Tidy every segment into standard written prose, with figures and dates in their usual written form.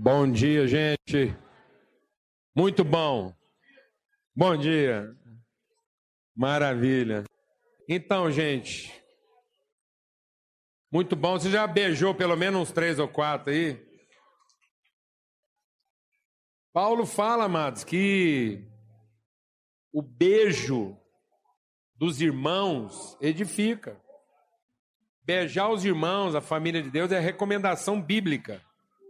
Bom dia, gente. Muito bom. Bom dia. Maravilha. Então, gente, muito bom. Você já beijou pelo menos uns 3 ou 4 aí? Paulo fala, amados, que o beijo dos irmãos edifica. Beijar os irmãos, a família de Deus, é recomendação bíblica.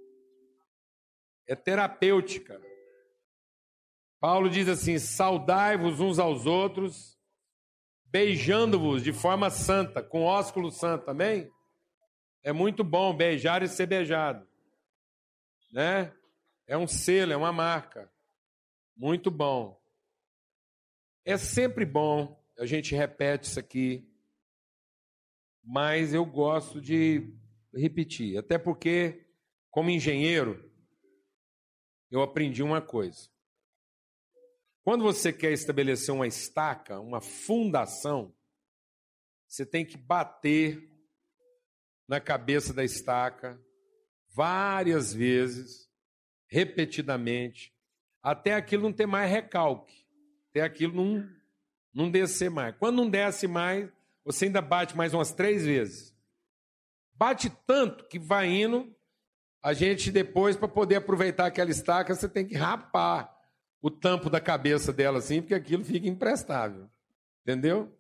É terapêutica. Paulo diz assim: saudai-vos uns aos outros, beijando-vos de forma santa, com ósculo santo, amém? É muito bom beijar e ser beijado, né? É um selo, é uma marca. Muito bom. É sempre bom, a gente repete isso aqui, mas eu gosto de repetir, até porque, como engenheiro, eu aprendi uma coisa. Quando você quer estabelecer uma estaca, uma fundação, você tem que bater na cabeça da estaca várias vezes, repetidamente, até aquilo não ter mais recalque, até aquilo não descer mais. Quando não desce mais, você ainda bate mais umas 3 vezes. Bate tanto que vai indo, a gente depois, para poder aproveitar aquela estaca, você tem que rapar o tampo da cabeça dela assim, porque aquilo fica imprestável. Entendeu?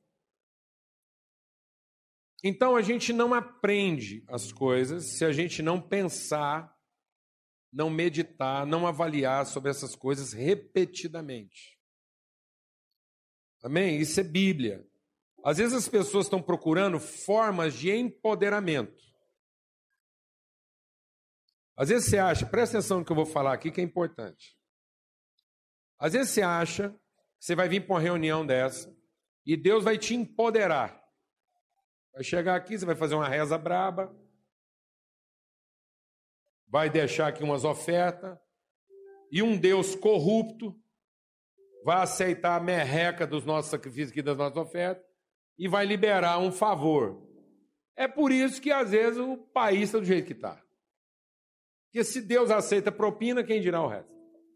Então a gente não aprende as coisas se a gente não pensar, não meditar, não avaliar sobre essas coisas repetidamente. Amém? Isso é Bíblia. Às vezes as pessoas estão procurando formas de empoderamento. Às vezes você acha, presta atenção no que eu vou falar aqui, que é importante. Às vezes você acha que você vai vir para uma reunião dessa e Deus vai te empoderar. Vai chegar aqui, você vai fazer uma reza braba, vai deixar aqui umas ofertas, e um Deus corrupto vai aceitar a merreca dos nossos sacrifícios aqui, das nossas ofertas, e vai liberar um favor. É por isso que, às vezes, o país está do jeito que está. Porque se Deus aceita propina, quem dirá o resto?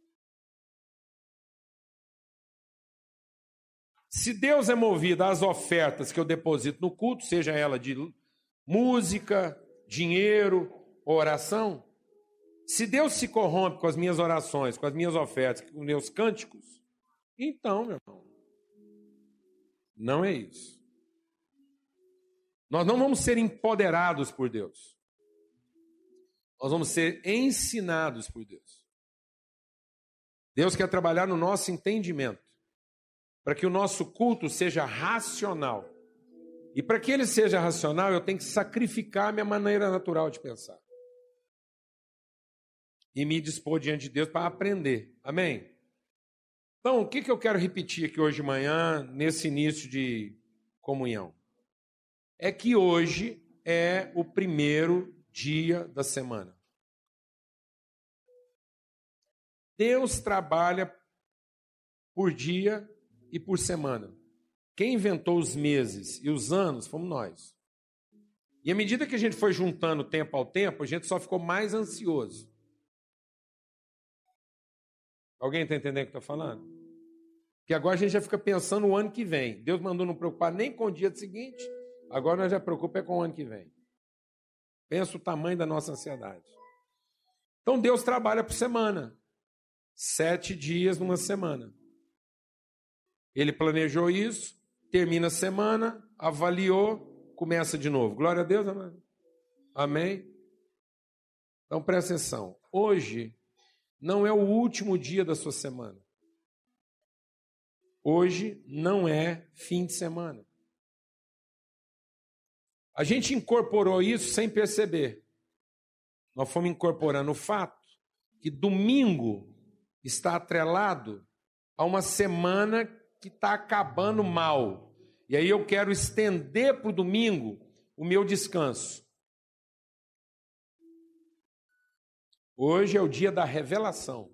Se Deus é movido às ofertas que eu deposito no culto, seja ela de música, dinheiro, oração, se Deus se corrompe com as minhas orações, com as minhas ofertas, com os meus cânticos, então, meu irmão, não é isso. Nós não vamos ser empoderados por Deus. Nós vamos ser ensinados por Deus. Deus quer trabalhar no nosso entendimento, para que o nosso culto seja racional. E para que ele seja racional, eu tenho que sacrificar a minha maneira natural de pensar. E me dispor diante de Deus para aprender. Amém? Então, o que eu quero repetir aqui hoje de manhã, nesse início de comunhão? É que hoje é o primeiro dia da semana. Deus trabalha por dia e por semana. Quem inventou os meses e os anos fomos nós. E à medida que a gente foi juntando tempo ao tempo, a gente só ficou mais ansioso. Alguém está entendendo o que eu estou falando? Porque agora a gente já fica pensando no ano que vem. Deus mandou não preocupar nem com o dia seguinte, agora nós já preocupa com o ano que vem. Pensa o tamanho da nossa ansiedade. Então Deus trabalha por semana. 7 dias numa semana. Ele planejou isso, termina a semana, avaliou, começa de novo. Glória a Deus, amém? Amém? Então presta atenção. Hoje não é o último dia da sua semana. Hoje não é fim de semana. A gente incorporou isso sem perceber. Nós fomos incorporando o fato que domingo está atrelado a uma semana que está acabando mal. E aí eu quero estender para o domingo o meu descanso. Hoje é o dia da revelação.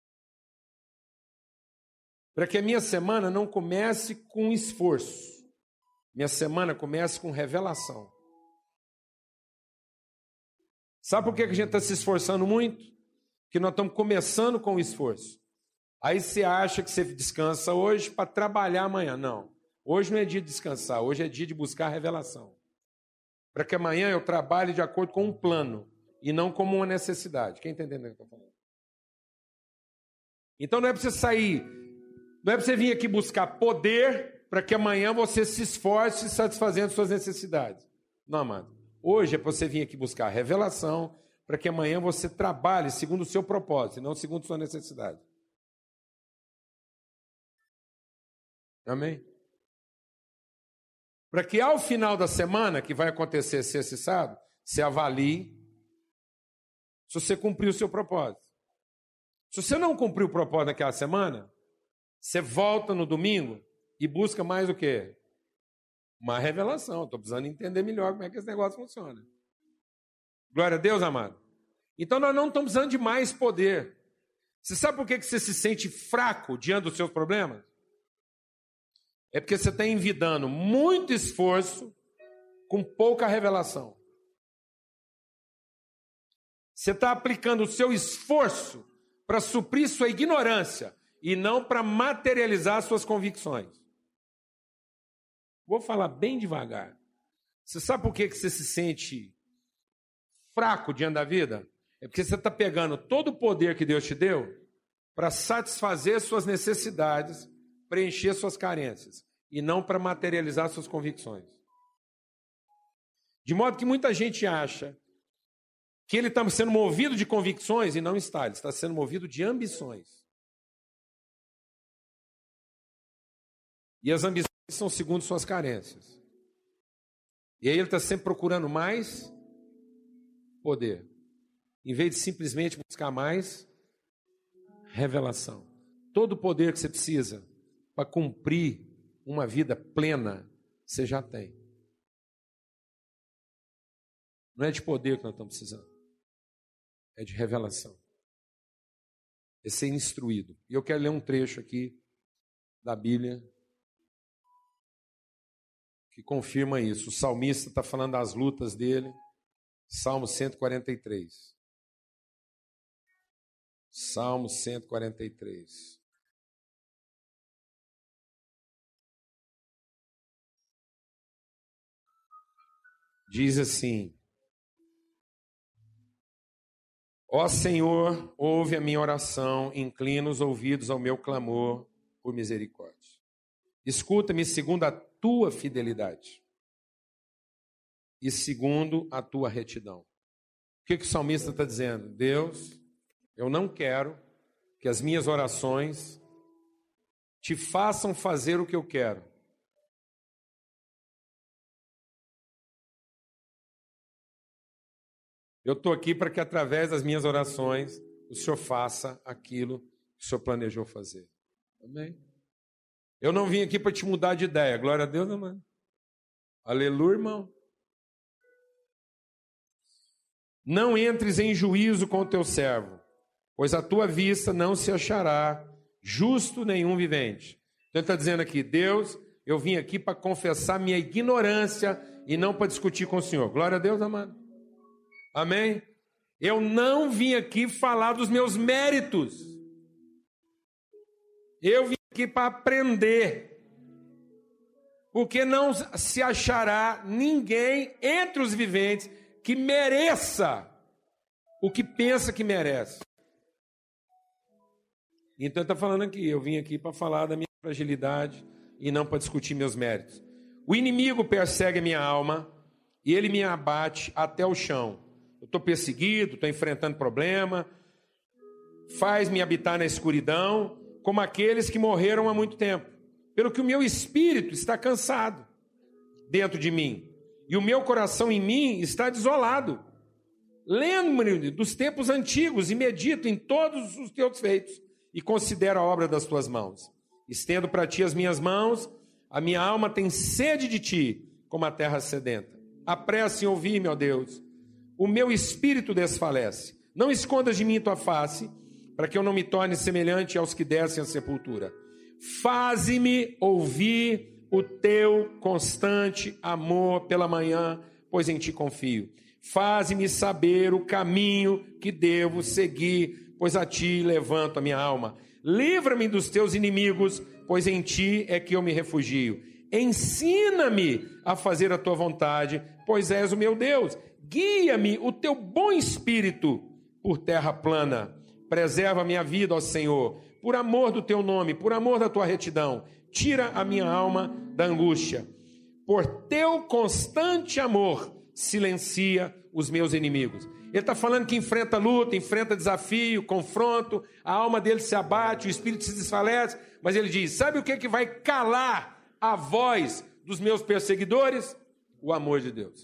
Para que a minha semana não comece com esforço. Minha semana comece com revelação. Sabe por que a gente está se esforçando muito? que nós estamos começando com o esforço. Aí você acha que você descansa hoje para trabalhar amanhã. Não. Hoje não é dia de descansar, hoje é dia de buscar a revelação. Para que amanhã eu trabalhe de acordo com um plano e não como uma necessidade. Quem está entendendo o que eu estou falando? Então não é para você sair, não é para você vir aqui buscar poder para que amanhã você se esforce satisfazendo suas necessidades. Não, amado. Hoje é para você vir aqui buscar a revelação para que amanhã você trabalhe segundo o seu propósito e não segundo a sua necessidade. Amém? Para que ao final da semana, que vai acontecer sexta e sábado, você avalie se você cumpriu o seu propósito. Se você não cumpriu o propósito naquela semana, você volta no domingo e busca mais o quê? Uma revelação. Estou precisando entender melhor como é que esse negócio funciona. Glória a Deus, amado. Então nós não estamos precisando de mais poder. Você sabe por que você se sente fraco diante dos seus problemas? É porque você está envidando muito esforço com pouca revelação. Você está aplicando o seu esforço para suprir sua ignorância e não para materializar suas convicções. Vou falar bem devagar. Você sabe por que você se sente fraco diante da vida? É porque você está pegando todo o poder que Deus te deu para satisfazer suas necessidades, preencher suas carências, e não para materializar suas convicções. De modo que muita gente acha que ele está sendo movido de convicções e não está, ele está sendo movido de ambições. E as ambições são segundo suas carências. E aí ele está sempre procurando mais poder, em vez de simplesmente buscar mais revelação. Todo o poder que você precisa para cumprir uma vida plena, você já tem. Não é de poder que nós estamos precisando. É de revelação. É ser instruído. E eu quero ler um trecho aqui da Bíblia que confirma isso. O salmista está falando das lutas dele. Salmo 143. Salmo 143. Diz assim: ó Senhor, ouve a minha oração, inclina os ouvidos ao meu clamor por misericórdia. Escuta-me segundo a tua fidelidade e segundo a tua retidão. O que o salmista está dizendo? Deus, eu não quero que as minhas orações te façam fazer o que eu quero. Eu estou aqui para que através das minhas orações o Senhor faça aquilo que o Senhor planejou fazer. Amém? Eu não vim aqui para te mudar de ideia. Glória a Deus, amém. Aleluia, irmão. Não entres em juízo com o teu servo, pois a tua vista não se achará justo nenhum vivente. Então ele está dizendo aqui, Deus, eu vim aqui para confessar minha ignorância e não para discutir com o Senhor. Glória a Deus, amado. Amém? Eu não vim aqui falar dos meus méritos. Eu vim aqui para aprender. Porque não se achará ninguém entre os viventes que mereça o que pensa que merece. Então ele está falando aqui, eu vim aqui para falar da minha fragilidade e não para discutir meus méritos. O inimigo persegue a minha alma e ele me abate até o chão. Eu estou perseguido, estou enfrentando problema, faz-me habitar na escuridão, como aqueles que morreram há muito tempo, pelo que o meu espírito está cansado dentro de mim, e o meu coração em mim está desolado. Lembro-me dos tempos antigos e medito em todos os teus feitos, e considero a obra das tuas mãos. Estendo para ti as minhas mãos, a minha alma tem sede de ti, como a terra sedenta. Apressa em ouvir-me, ó Deus. O meu espírito desfalece. Não escondas de mim tua face, para que eu não me torne semelhante aos que descem à sepultura. Faze-me ouvir o teu constante amor pela manhã, pois em ti confio. Faze-me saber o caminho que devo seguir pois a ti levanto a minha alma. Livra-me dos teus inimigos, pois em ti é que eu me refugio. Ensina-me a fazer a tua vontade, pois és o meu Deus. Guia-me o teu bom espírito por terra plana. Preserva a minha vida, ó Senhor, por amor do teu nome, por amor da tua retidão. Tira a minha alma da angústia. Por teu constante amor, silencia os meus inimigos. Ele está falando que enfrenta luta, enfrenta desafio, confronto, a alma dele se abate, o espírito se desfalece, mas ele diz, sabe o que vai calar a voz dos meus perseguidores? O amor de Deus.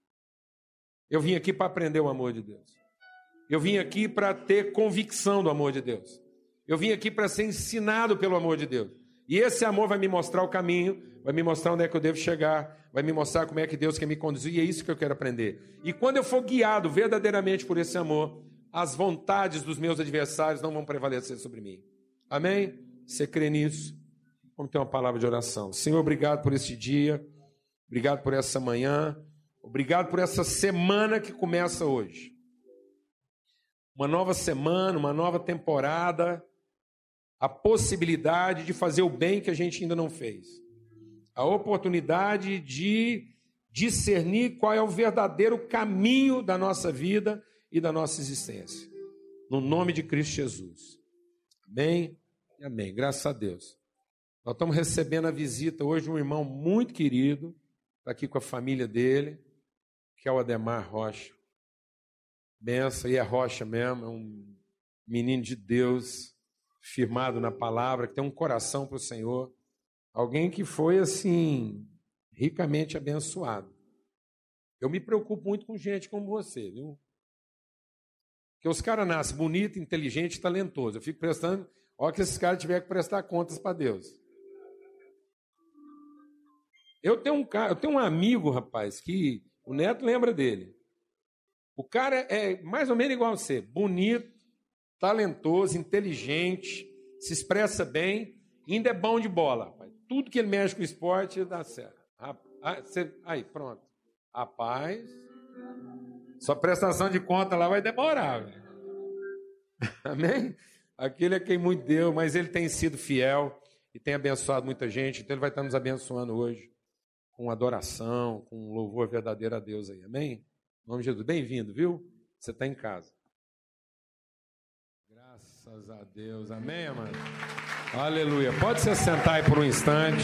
Eu vim aqui para aprender o amor de Deus. Eu vim aqui para ter convicção do amor de Deus. Eu vim aqui para ser ensinado pelo amor de Deus. E esse amor vai me mostrar o caminho, vai me mostrar onde é que eu devo chegar, vai me mostrar como é que Deus quer me conduzir, e é isso que eu quero aprender. E quando eu for guiado verdadeiramente por esse amor, as vontades dos meus adversários não vão prevalecer sobre mim. Amém? Você crê nisso? Vamos ter uma palavra de oração. Senhor, obrigado por esse dia, obrigado por essa manhã, obrigado por essa semana que começa hoje. Uma nova semana, uma nova temporada, a possibilidade de fazer o bem que a gente ainda não fez. A oportunidade de discernir qual é o verdadeiro caminho da nossa vida e da nossa existência. No nome de Cristo Jesus. Amém e amém. Graças a Deus. Nós estamos recebendo a visita hoje de um irmão muito querido, está aqui com a família dele, que é o Ademar Rocha. Benção, e é Rocha mesmo, é um menino de Deus, firmado na palavra, que tem um coração para o Senhor. Alguém que foi, assim, ricamente abençoado. Eu me preocupo muito com gente como você, viu? Porque os caras nascem bonito, inteligente e talentoso. Eu fico prestando, ó, que esses caras tiverem que prestar contas para Deus. Eu tenho um amigo, rapaz, que o Neto lembra dele. O cara é mais ou menos igual a você, bonito, talentoso, inteligente, se expressa bem, ainda é bom de bola, rapaz. Tudo que ele mexe com esporte dá certo. Aí, pronto. Rapaz, sua prestação de conta lá vai demorar, velho. Amém? Aquele é quem muito deu, mas ele tem sido fiel e tem abençoado muita gente, então ele vai estar nos abençoando hoje com adoração, com louvor verdadeiro a Deus aí. Amém? Em nome de Jesus. Bem-vindo, viu? Você está em casa. Graças a Deus. Amém, amado? Aleluia. Pode se assentar aí por um instante.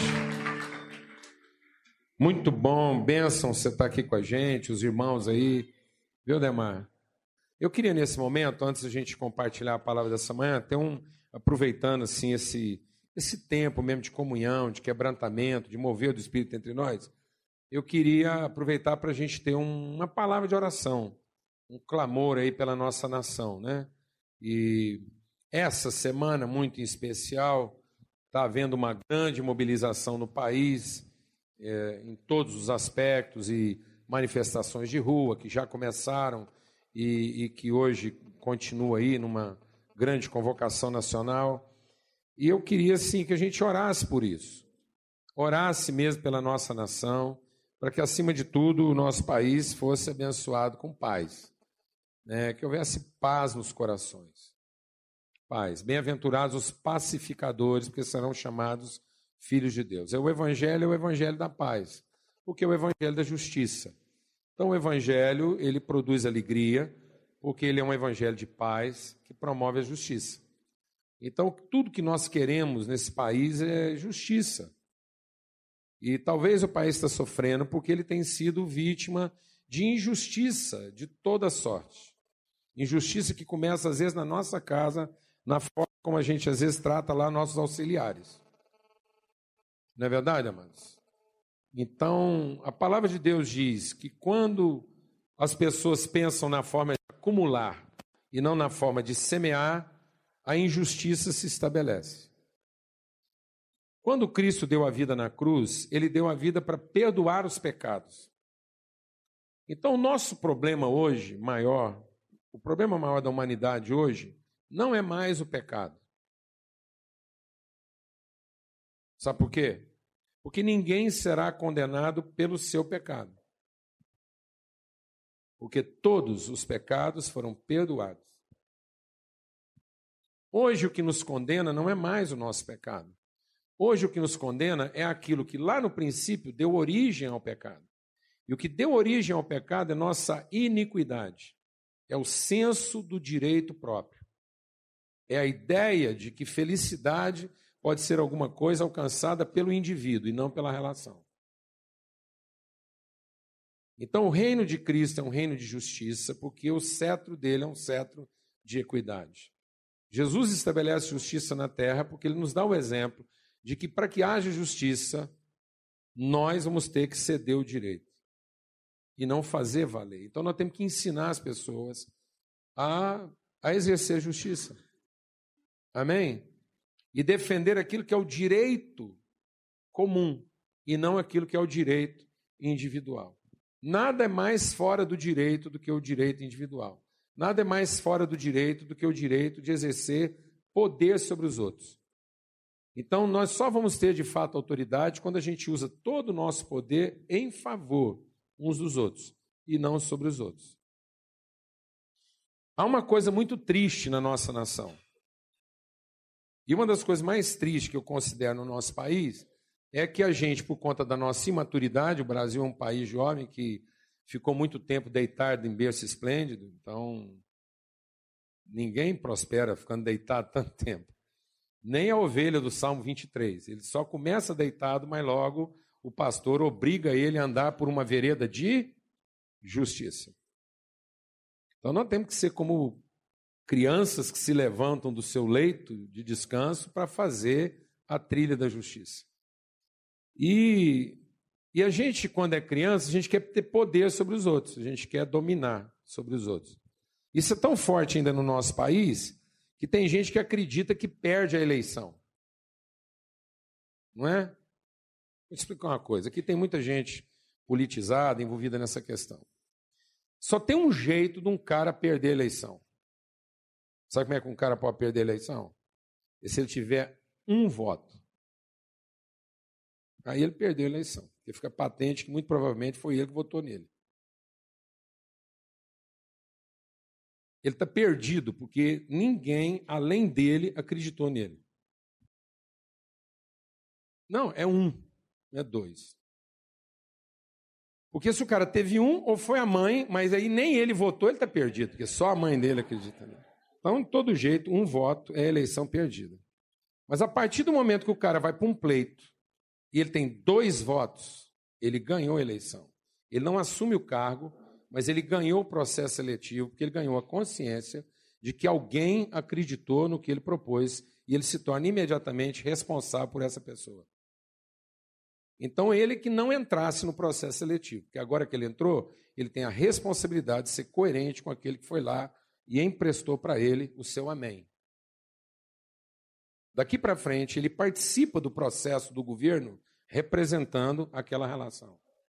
Muito bom, bênção você estar aqui com a gente, os irmãos aí. Viu, Demar? Eu queria nesse momento, antes da gente compartilhar a palavra dessa manhã, aproveitando assim esse tempo mesmo de comunhão, de quebrantamento, de mover do Espírito entre nós, eu queria aproveitar para a gente ter uma palavra de oração, um clamor aí pela nossa nação, né? E essa semana, muito em especial, está havendo uma grande mobilização no país, em todos os aspectos, e manifestações de rua que já começaram e que hoje continua aí numa grande convocação nacional. E eu queria, sim, que a gente orasse por isso, orasse mesmo pela nossa nação, para que, acima de tudo, o nosso país fosse abençoado com paz, né? Que houvesse paz nos corações. Paz. Bem-aventurados os pacificadores, porque serão chamados filhos de Deus. O Evangelho é o Evangelho da paz, porque é o Evangelho da justiça. Então, o Evangelho, ele produz alegria, porque ele é um Evangelho de paz, que promove a justiça. Então, tudo que nós queremos nesse país é justiça. E talvez o país está sofrendo porque ele tem sido vítima de injustiça de toda sorte. Injustiça que começa, às vezes, na nossa casa, na forma como a gente, às vezes, trata lá nossos auxiliares. Não é verdade, amados? Então, a palavra de Deus diz que quando as pessoas pensam na forma de acumular e não na forma de semear, a injustiça se estabelece. Quando Cristo deu a vida na cruz, ele deu a vida para perdoar os pecados. Então, o nosso problema hoje, o problema maior da humanidade hoje, não é mais o pecado. Sabe por quê? Porque ninguém será condenado pelo seu pecado. Porque todos os pecados foram perdoados. Hoje o que nos condena não é mais o nosso pecado. Hoje o que nos condena é aquilo que lá no princípio deu origem ao pecado. E o que deu origem ao pecado é nossa iniquidade. É o senso do direito próprio. É a ideia de que felicidade pode ser alguma coisa alcançada pelo indivíduo e não pela relação. Então, o reino de Cristo é um reino de justiça, porque o cetro dele é um cetro de equidade. Jesus estabelece justiça na terra porque ele nos dá o exemplo de que para que haja justiça, nós vamos ter que ceder o direito e não fazer valer. Então, nós temos que ensinar as pessoas a exercer justiça. Amém? E defender aquilo que é o direito comum e não aquilo que é o direito individual. Nada é mais fora do direito do que o direito individual. Nada é mais fora do direito do que o direito de exercer poder sobre os outros. Então, nós só vamos ter, de fato, autoridade quando a gente usa todo o nosso poder em favor uns dos outros e não sobre os outros. Há uma coisa muito triste na nossa nação. E uma das coisas mais tristes que eu considero no nosso país é que a gente, por conta da nossa imaturidade, o Brasil é um país jovem que ficou muito tempo deitado em berço esplêndido, então ninguém prospera ficando deitado tanto tempo. Nem a ovelha do Salmo 23. Ele só começa deitado, mas logo o pastor obriga ele a andar por uma vereda de justiça. Então nós temos que ser como crianças que se levantam do seu leito de descanso para fazer a trilha da justiça. E a gente, quando é criança, a gente quer ter poder sobre os outros, a gente quer dominar sobre os outros. Isso é tão forte ainda no nosso país que tem gente que acredita que perde a eleição. Não é? Vou te explicar uma coisa. Aqui tem muita gente politizada, envolvida nessa questão. Só tem um jeito de um cara perder a eleição. Sabe como é que um cara pode perder a eleição? É se ele tiver um voto. Aí ele perdeu a eleição. Porque fica patente que muito provavelmente foi ele que votou nele. Ele está perdido porque ninguém, além dele, acreditou nele. Não, é um, não é dois. Porque se o cara teve um, ou foi a mãe, mas aí nem ele votou, ele está perdido, porque só a mãe dele acredita nele. Então, de todo jeito, um voto é eleição perdida. Mas a partir do momento que o cara vai para um pleito e ele tem 2 votos, ele ganhou a eleição. Ele não assume o cargo, mas ele ganhou o processo seletivo, porque ele ganhou a consciência de que alguém acreditou no que ele propôs e ele se torna imediatamente responsável por essa pessoa. Então, ele que não entrasse no processo seletivo, porque agora que ele entrou, ele tem a responsabilidade de ser coerente com aquele que foi lá e emprestou para ele o seu amém. Daqui para frente, ele participa do processo do governo representando aquela relação.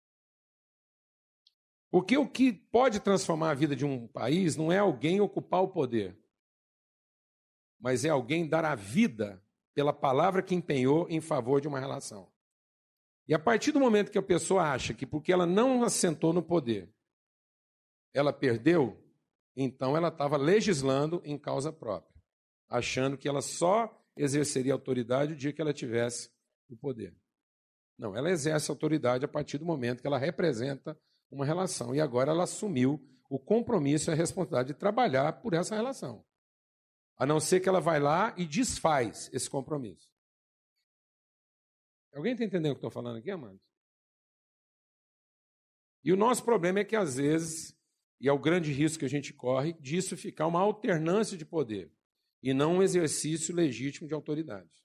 Porque o que pode transformar a vida de um país não é alguém ocupar o poder, mas é alguém dar a vida pela palavra que empenhou em favor de uma relação. E a partir do momento que a pessoa acha que porque ela não assentou no poder, ela perdeu, então ela estava legislando em causa própria, achando que ela só exerceria autoridade o dia que ela tivesse o poder. Não, ela exerce autoridade a partir do momento que ela representa uma relação. E agora ela assumiu o compromisso e a responsabilidade de trabalhar por essa relação. A não ser que ela vai lá e desfaz esse compromisso. Alguém está entendendo o que eu estou falando aqui, amados? E o nosso problema é que, às vezes, e é o grande risco que a gente corre, disso ficar uma alternância de poder e não um exercício legítimo de autoridade.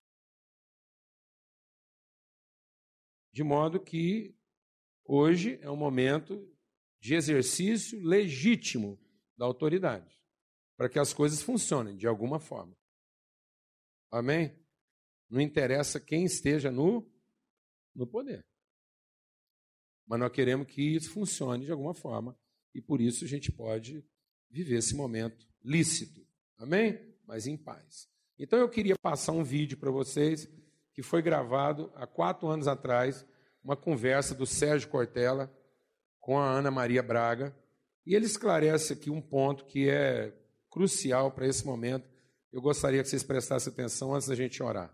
De modo que hoje é um momento de exercício legítimo da autoridade, para que as coisas funcionem de alguma forma. Amém? Não interessa quem esteja no poder. Mas nós queremos que isso funcione de alguma forma e por isso a gente pode viver esse momento lícito. Amém? Mas em paz. Então eu queria passar um vídeo para vocês que foi gravado há 4 anos atrás, uma conversa do Sérgio Cortella com a Ana Maria Braga, e ele esclarece aqui um ponto que é crucial para esse momento eu gostaria que vocês prestassem atenção antes da gente orar.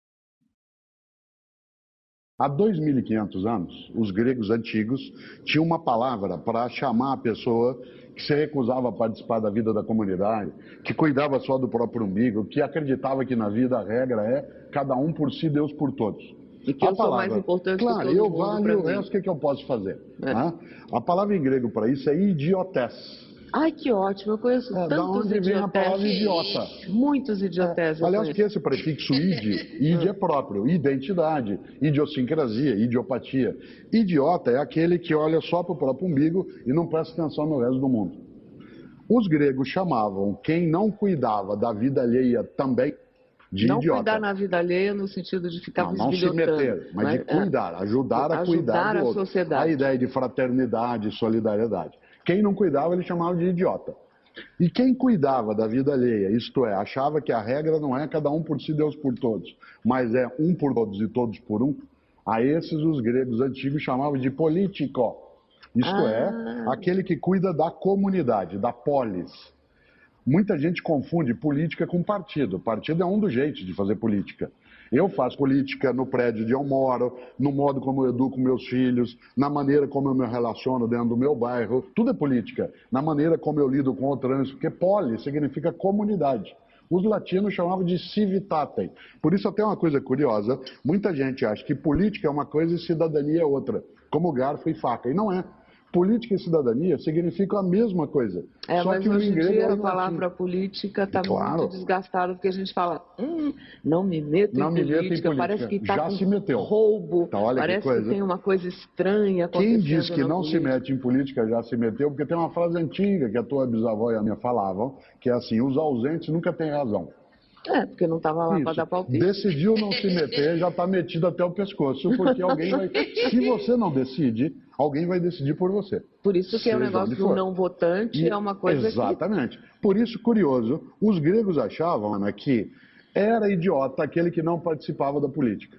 Há 2.500 anos, os gregos antigos tinham uma palavra para chamar a pessoa que se recusava a participar da vida da comunidade, que cuidava só do próprio umbigo, que acreditava que na vida a regra é cada um por si, Deus por todos. E que eu sou mais importante que todo mundo. Claro, eu valho o resto, o que eu posso fazer? Né? A palavra em grego para isso é idiotés. Ai, que ótimo, eu conheço tantos da onde vem a palavra idiota. Muitos idiotés. Aliás, que esse prefixo id é próprio, identidade, idiosincrasia, idiopatia. Idiota é aquele que olha só para o próprio umbigo e não presta atenção no resto do mundo. Os gregos chamavam quem não cuidava da vida alheia também de não idiota. Não cuidar na vida alheia no sentido de ficar não se meter, mas de cuidar, ajudar a cuidar do outro. Sociedade. A ideia de fraternidade e solidariedade. Quem não cuidava, ele chamava de idiota. E quem cuidava da vida alheia, isto é, achava que a regra não é cada um por si, Deus por todos, mas é um por todos e todos por um, a esses os gregos antigos chamavam de político. Isto é, aquele que cuida da comunidade, da polis. Muita gente confunde política com partido. Partido é um dos jeitos de fazer política. Eu faço política no prédio onde eu moro, no modo como eu educo meus filhos, na maneira como eu me relaciono dentro do meu bairro. Tudo é política. Na maneira como eu lido com o trânsito, porque polis significa comunidade. Os latinos chamavam de civitatem. Por isso até uma coisa curiosa, muita gente acha que política é uma coisa e cidadania é outra, como garfo e faca. E não é. Política e cidadania significam a mesma coisa. Só mas que hoje em dia a palavra política está muito desgastada, porque a gente fala, não me meto em política, parece que está com se meteu. Roubo, então, parece que tem uma coisa estranha acontecendo. Quem diz que não se mete em política já se meteu, porque tem uma frase antiga que a tua bisavó e a minha falavam, que é assim, os ausentes nunca têm razão. Porque não estava lá para dar palpite. Decidiu não se meter, já está metido até o pescoço, porque alguém vai... Se você não decide, alguém vai decidir por você. Por isso que é o negócio do não votante, é uma coisa exatamente. Por isso, curioso, os gregos achavam, Ana, que era idiota aquele que não participava da política.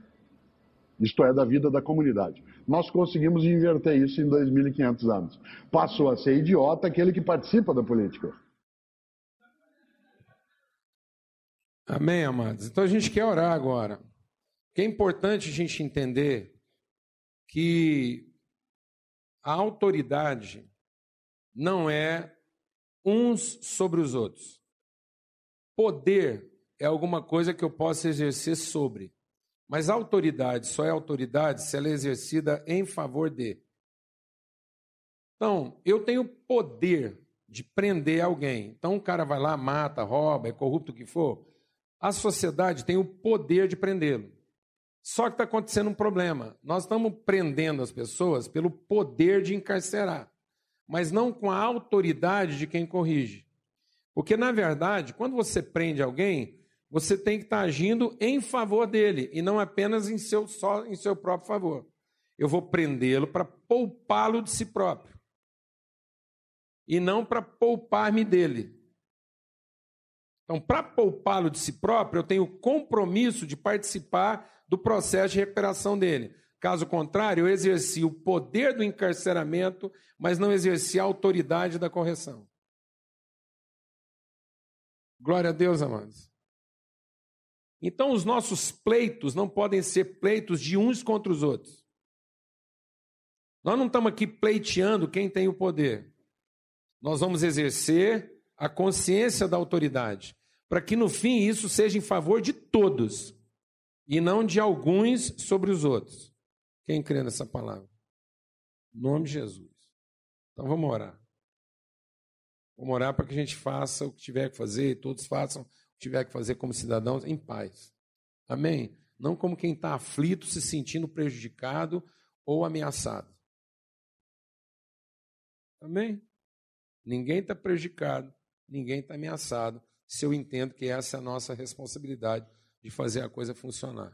Isto é, da vida da comunidade. Nós conseguimos inverter isso em 2.500 anos. Passou a ser idiota aquele que participa da política. Amém, amados? Então a gente quer orar agora. É importante a gente entender que a autoridade não é uns sobre os outros. Poder é alguma coisa que eu posso exercer sobre. Mas a autoridade só é autoridade se ela é exercida em favor de. Então, eu tenho poder de prender alguém. Então o cara vai lá, mata, rouba, é corrupto o que for. A sociedade tem o poder de prendê-lo. Só que está acontecendo um problema. Nós estamos prendendo as pessoas pelo poder de encarcerar, mas não com a autoridade de quem corrige. Porque, na verdade, quando você prende alguém, você tem que estar agindo em favor dele e não apenas só em seu próprio favor. Eu vou prendê-lo para poupá-lo de si próprio e não para poupar-me dele. Então, para poupá-lo de si próprio, eu tenho o compromisso de participar do processo de recuperação dele. Caso contrário, eu exerci o poder do encarceramento, mas não exerci a autoridade da correção. Glória a Deus, amados. Então, os nossos pleitos não podem ser pleitos de uns contra os outros. Nós não estamos aqui pleiteando quem tem o poder. Nós vamos exercer a consciência da autoridade, para que no fim isso seja em favor de todos e não de alguns sobre os outros. Quem crê nessa palavra? Em nome de Jesus. Então vamos orar. Vamos orar para que a gente faça o que tiver que fazer, e todos façam o que tiver que fazer como cidadãos em paz. Amém? Não como quem está aflito, se sentindo prejudicado ou ameaçado. Amém? Ninguém está prejudicado, ninguém está ameaçado, se eu entendo que essa é a nossa responsabilidade de fazer a coisa funcionar.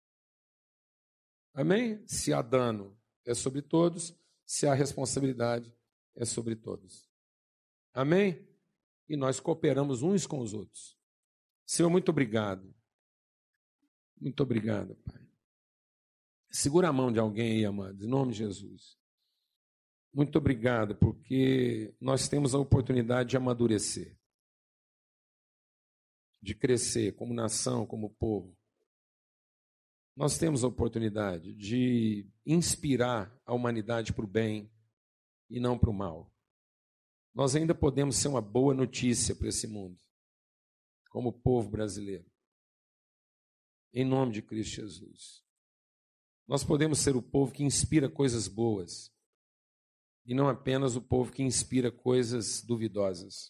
Amém? Se há dano, é sobre todos, se há responsabilidade, é sobre todos. Amém? E nós cooperamos uns com os outros. Senhor, muito obrigado. Muito obrigado, Pai. Segura a mão de alguém aí, amado, em nome de Jesus. Muito obrigado, porque nós temos a oportunidade de amadurecer. de crescer como nação, como povo. Nós temos a oportunidade de inspirar a humanidade para o bem e não para o mal. Nós ainda podemos ser uma boa notícia para esse mundo, como povo brasileiro. Em nome de Cristo Jesus. Nós podemos ser o povo que inspira coisas boas e não apenas o povo que inspira coisas duvidosas.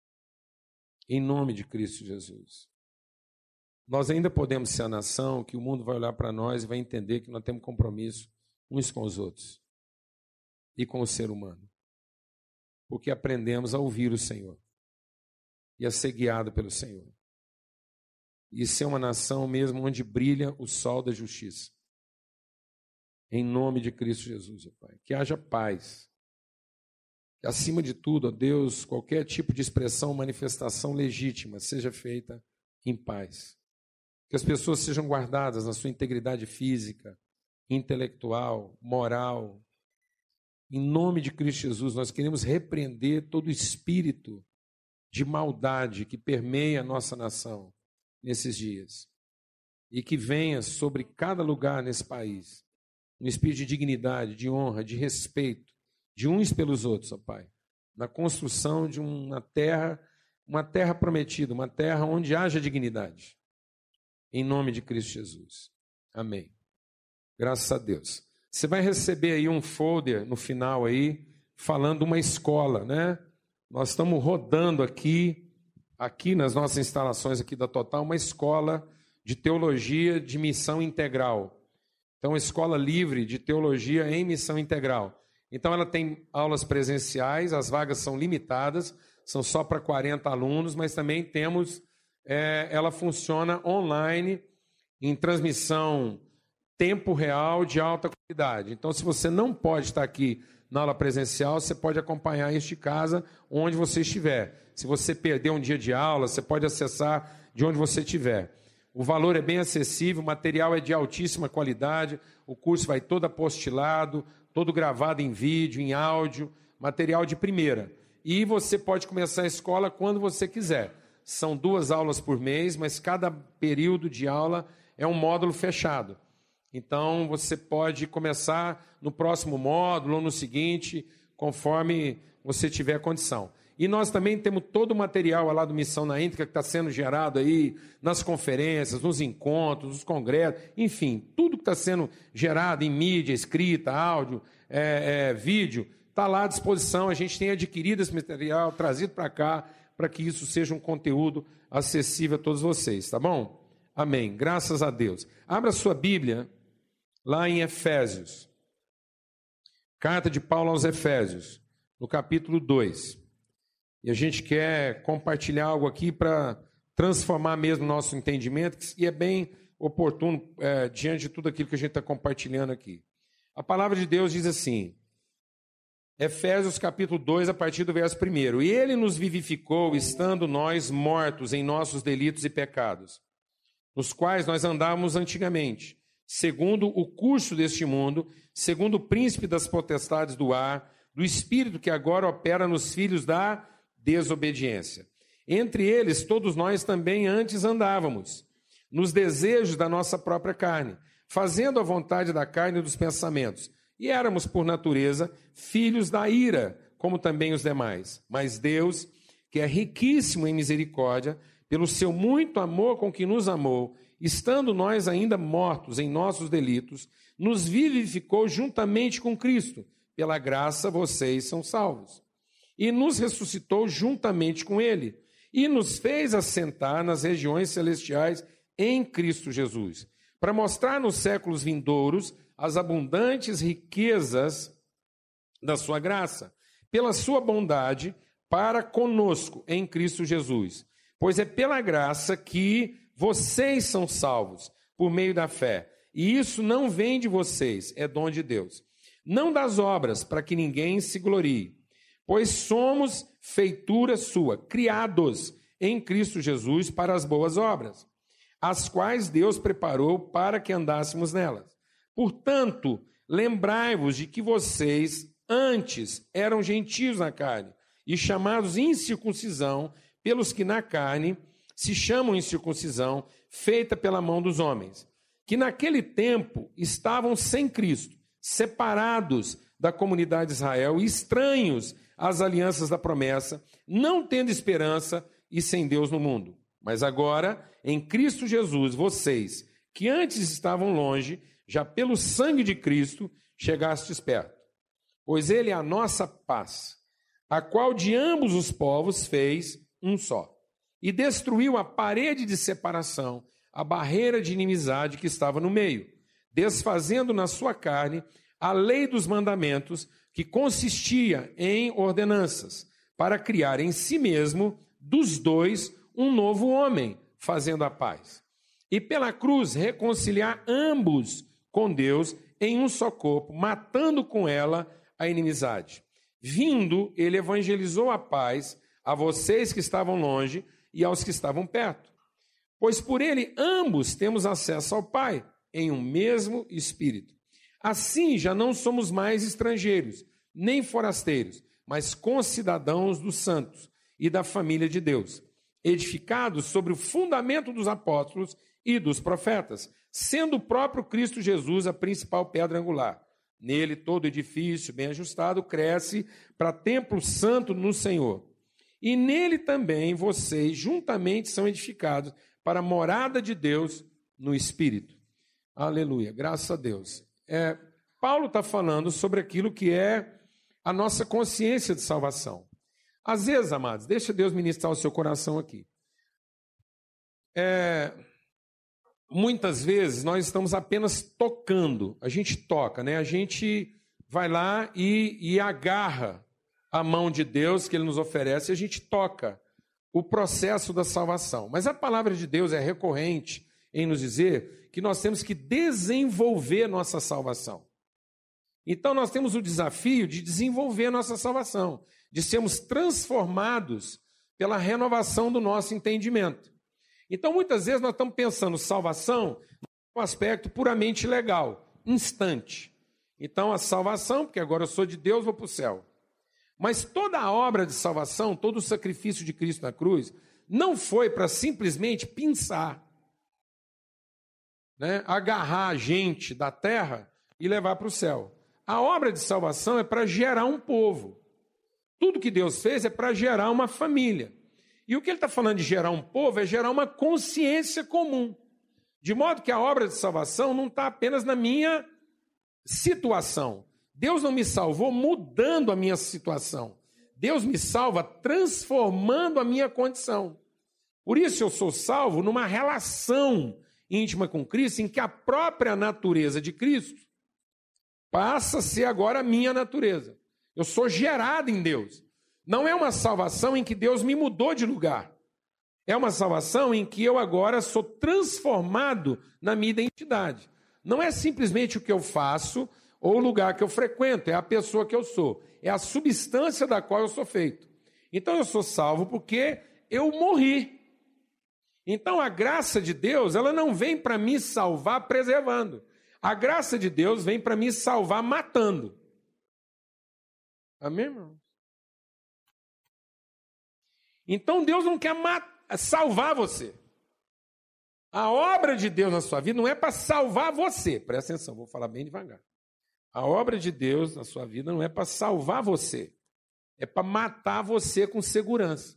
Em nome de Cristo Jesus. Nós ainda podemos ser a nação que o mundo vai olhar para nós e vai entender que nós temos compromisso uns com os outros e com o ser humano. Porque aprendemos a ouvir o Senhor e a ser guiado pelo Senhor. E ser uma nação mesmo onde brilha o sol da justiça. Em nome de Cristo Jesus, ó Pai. Que haja paz. Que, acima de tudo, ó Deus, qualquer tipo de expressão, manifestação legítima seja feita em paz. Que as pessoas sejam guardadas na sua integridade física, intelectual, moral. Em nome de Cristo Jesus, nós queremos repreender todo espírito de maldade que permeia a nossa nação nesses dias. E que venha sobre cada lugar nesse país um espírito de dignidade, de honra, de respeito, de uns pelos outros, ó Pai. Na construção de uma terra prometida, uma terra onde haja dignidade. Em nome de Cristo Jesus. Amém. Graças a Deus. Você vai receber aí um folder no final aí, falando de uma escola, né? Nós estamos rodando aqui nas nossas instalações aqui da Total, uma escola de teologia de missão integral. Então, escola livre de teologia em missão integral. Então, ela tem aulas presenciais, as vagas são limitadas, são só para 40 alunos, mas também temos, ela funciona online, em transmissão tempo real de alta qualidade. Então, se você não pode estar aqui na aula presencial, você pode acompanhar isso de casa, onde você estiver. Se você perder um dia de aula, você pode acessar de onde você estiver. O valor é bem acessível, o material é de altíssima qualidade, o curso vai todo apostilado, todo gravado em vídeo, em áudio, material de primeira. E você pode começar a escola quando você quiser. São 2 aulas por mês, mas cada período de aula é um módulo fechado. Então, você pode começar no próximo módulo ou no seguinte, conforme você tiver condição. E nós também temos todo o material lá do Missão na Íntegra que está sendo gerado aí nas conferências, nos encontros, nos congressos, enfim, tudo que está sendo gerado em mídia, escrita, áudio, vídeo, está lá à disposição. A gente tem adquirido esse material, trazido para cá, para que isso seja um conteúdo acessível a todos vocês, tá bom? Amém. Graças a Deus. Abra sua Bíblia lá em Efésios. Carta de Paulo aos Efésios, no capítulo 2. E a gente quer compartilhar algo aqui para transformar mesmo o nosso entendimento, e é bem oportuno diante de tudo aquilo que a gente está compartilhando aqui. A palavra de Deus diz assim, Efésios capítulo 2, a partir do verso 1. E ele nos vivificou, estando nós mortos em nossos delitos e pecados, nos quais nós andávamos antigamente, segundo o curso deste mundo, segundo o príncipe das potestades do ar, do espírito que agora opera nos filhos da desobediência. Entre eles, todos nós também antes andávamos, nos desejos da nossa própria carne, fazendo a vontade da carne e dos pensamentos. E éramos, por natureza, filhos da ira, como também os demais. Mas Deus, que é riquíssimo em misericórdia, pelo seu muito amor com que nos amou, estando nós ainda mortos em nossos delitos, nos vivificou juntamente com Cristo. Pela graça vocês são salvos. E nos ressuscitou juntamente com ele, e nos fez assentar nas regiões celestiais em Cristo Jesus, para mostrar nos séculos vindouros as abundantes riquezas da sua graça, pela sua bondade para conosco em Cristo Jesus. Pois é pela graça que vocês são salvos, por meio da fé. E isso não vem de vocês, é dom de Deus. Não das obras, para que ninguém se glorie. Pois somos feitura sua, criados em Cristo Jesus para as boas obras, as quais Deus preparou para que andássemos nelas. Portanto, lembrai-vos de que vocês antes eram gentios na carne e chamados incircuncisão pelos que na carne se chamam incircuncisão, feita pela mão dos homens, que naquele tempo estavam sem Cristo, separados da comunidade de Israel, estranhos às alianças da promessa, não tendo esperança e sem Deus no mundo. Mas agora, em Cristo Jesus, vocês, que antes estavam longe, já pelo sangue de Cristo, chegastes perto. Pois ele é a nossa paz, a qual de ambos os povos fez um só, e destruiu a parede de separação, a barreira de inimizade que estava no meio, desfazendo na sua carne a lei dos mandamentos, que consistia em ordenanças, para criar em si mesmo, dos dois, um novo homem, fazendo a paz. E pela cruz reconciliar ambos com Deus em um só corpo, matando com ela a inimizade. Vindo, ele evangelizou a paz a vocês que estavam longe e aos que estavam perto. Pois por ele ambos temos acesso ao Pai, em um mesmo Espírito. Assim já não somos mais estrangeiros, nem forasteiros, mas concidadãos dos santos e da família de Deus, edificados sobre o fundamento dos apóstolos e dos profetas, sendo o próprio Cristo Jesus a principal pedra angular. Nele todo edifício bem ajustado cresce para templo santo no Senhor. E nele também vocês juntamente são edificados para a morada de Deus no Espírito. Aleluia, graças a Deus. Paulo está falando sobre aquilo que é a nossa consciência de salvação. Às vezes, amados, deixa Deus ministrar o seu coração aqui. Muitas vezes nós estamos apenas tocando, a gente toca, né? A gente vai lá e agarra a mão de Deus que Ele nos oferece e a gente toca o processo da salvação. Mas a palavra de Deus é recorrente em nos dizer que nós temos que desenvolver nossa salvação. Então nós temos o desafio de desenvolver nossa salvação, de sermos transformados pela renovação do nosso entendimento. Então muitas vezes nós estamos pensando salvação no aspecto puramente legal, instante. Então a salvação, porque agora eu sou de Deus, vou para o céu. Mas toda a obra de salvação, todo o sacrifício de Cristo na cruz, não foi para simplesmente pinçar, né? Agarrar a gente da terra e levar para o céu. A obra de salvação é para gerar um povo. Tudo que Deus fez é para gerar uma família. E o que ele está falando de gerar um povo é gerar uma consciência comum. De modo que a obra de salvação não está apenas na minha situação. Deus não me salvou mudando a minha situação. Deus me salva transformando a minha condição. Por isso eu sou salvo numa relação íntima com Cristo, em que a própria natureza de Cristo passa a ser agora a minha natureza. Eu sou gerado em Deus. Não é uma salvação em que Deus me mudou de lugar. É uma salvação em que eu agora sou transformado na minha identidade. Não é simplesmente o que eu faço ou o lugar que eu frequento, é a pessoa que eu sou. É a substância da qual eu sou feito. Então eu sou salvo porque eu morri. Então a graça de Deus, ela não vem para me salvar preservando. A graça de Deus vem para me salvar matando. Amém, irmão? Então Deus não quer salvar você. A obra de Deus na sua vida não é para salvar você. Presta atenção, vou falar bem devagar. A obra de Deus na sua vida não é para salvar você. É para matar você com segurança.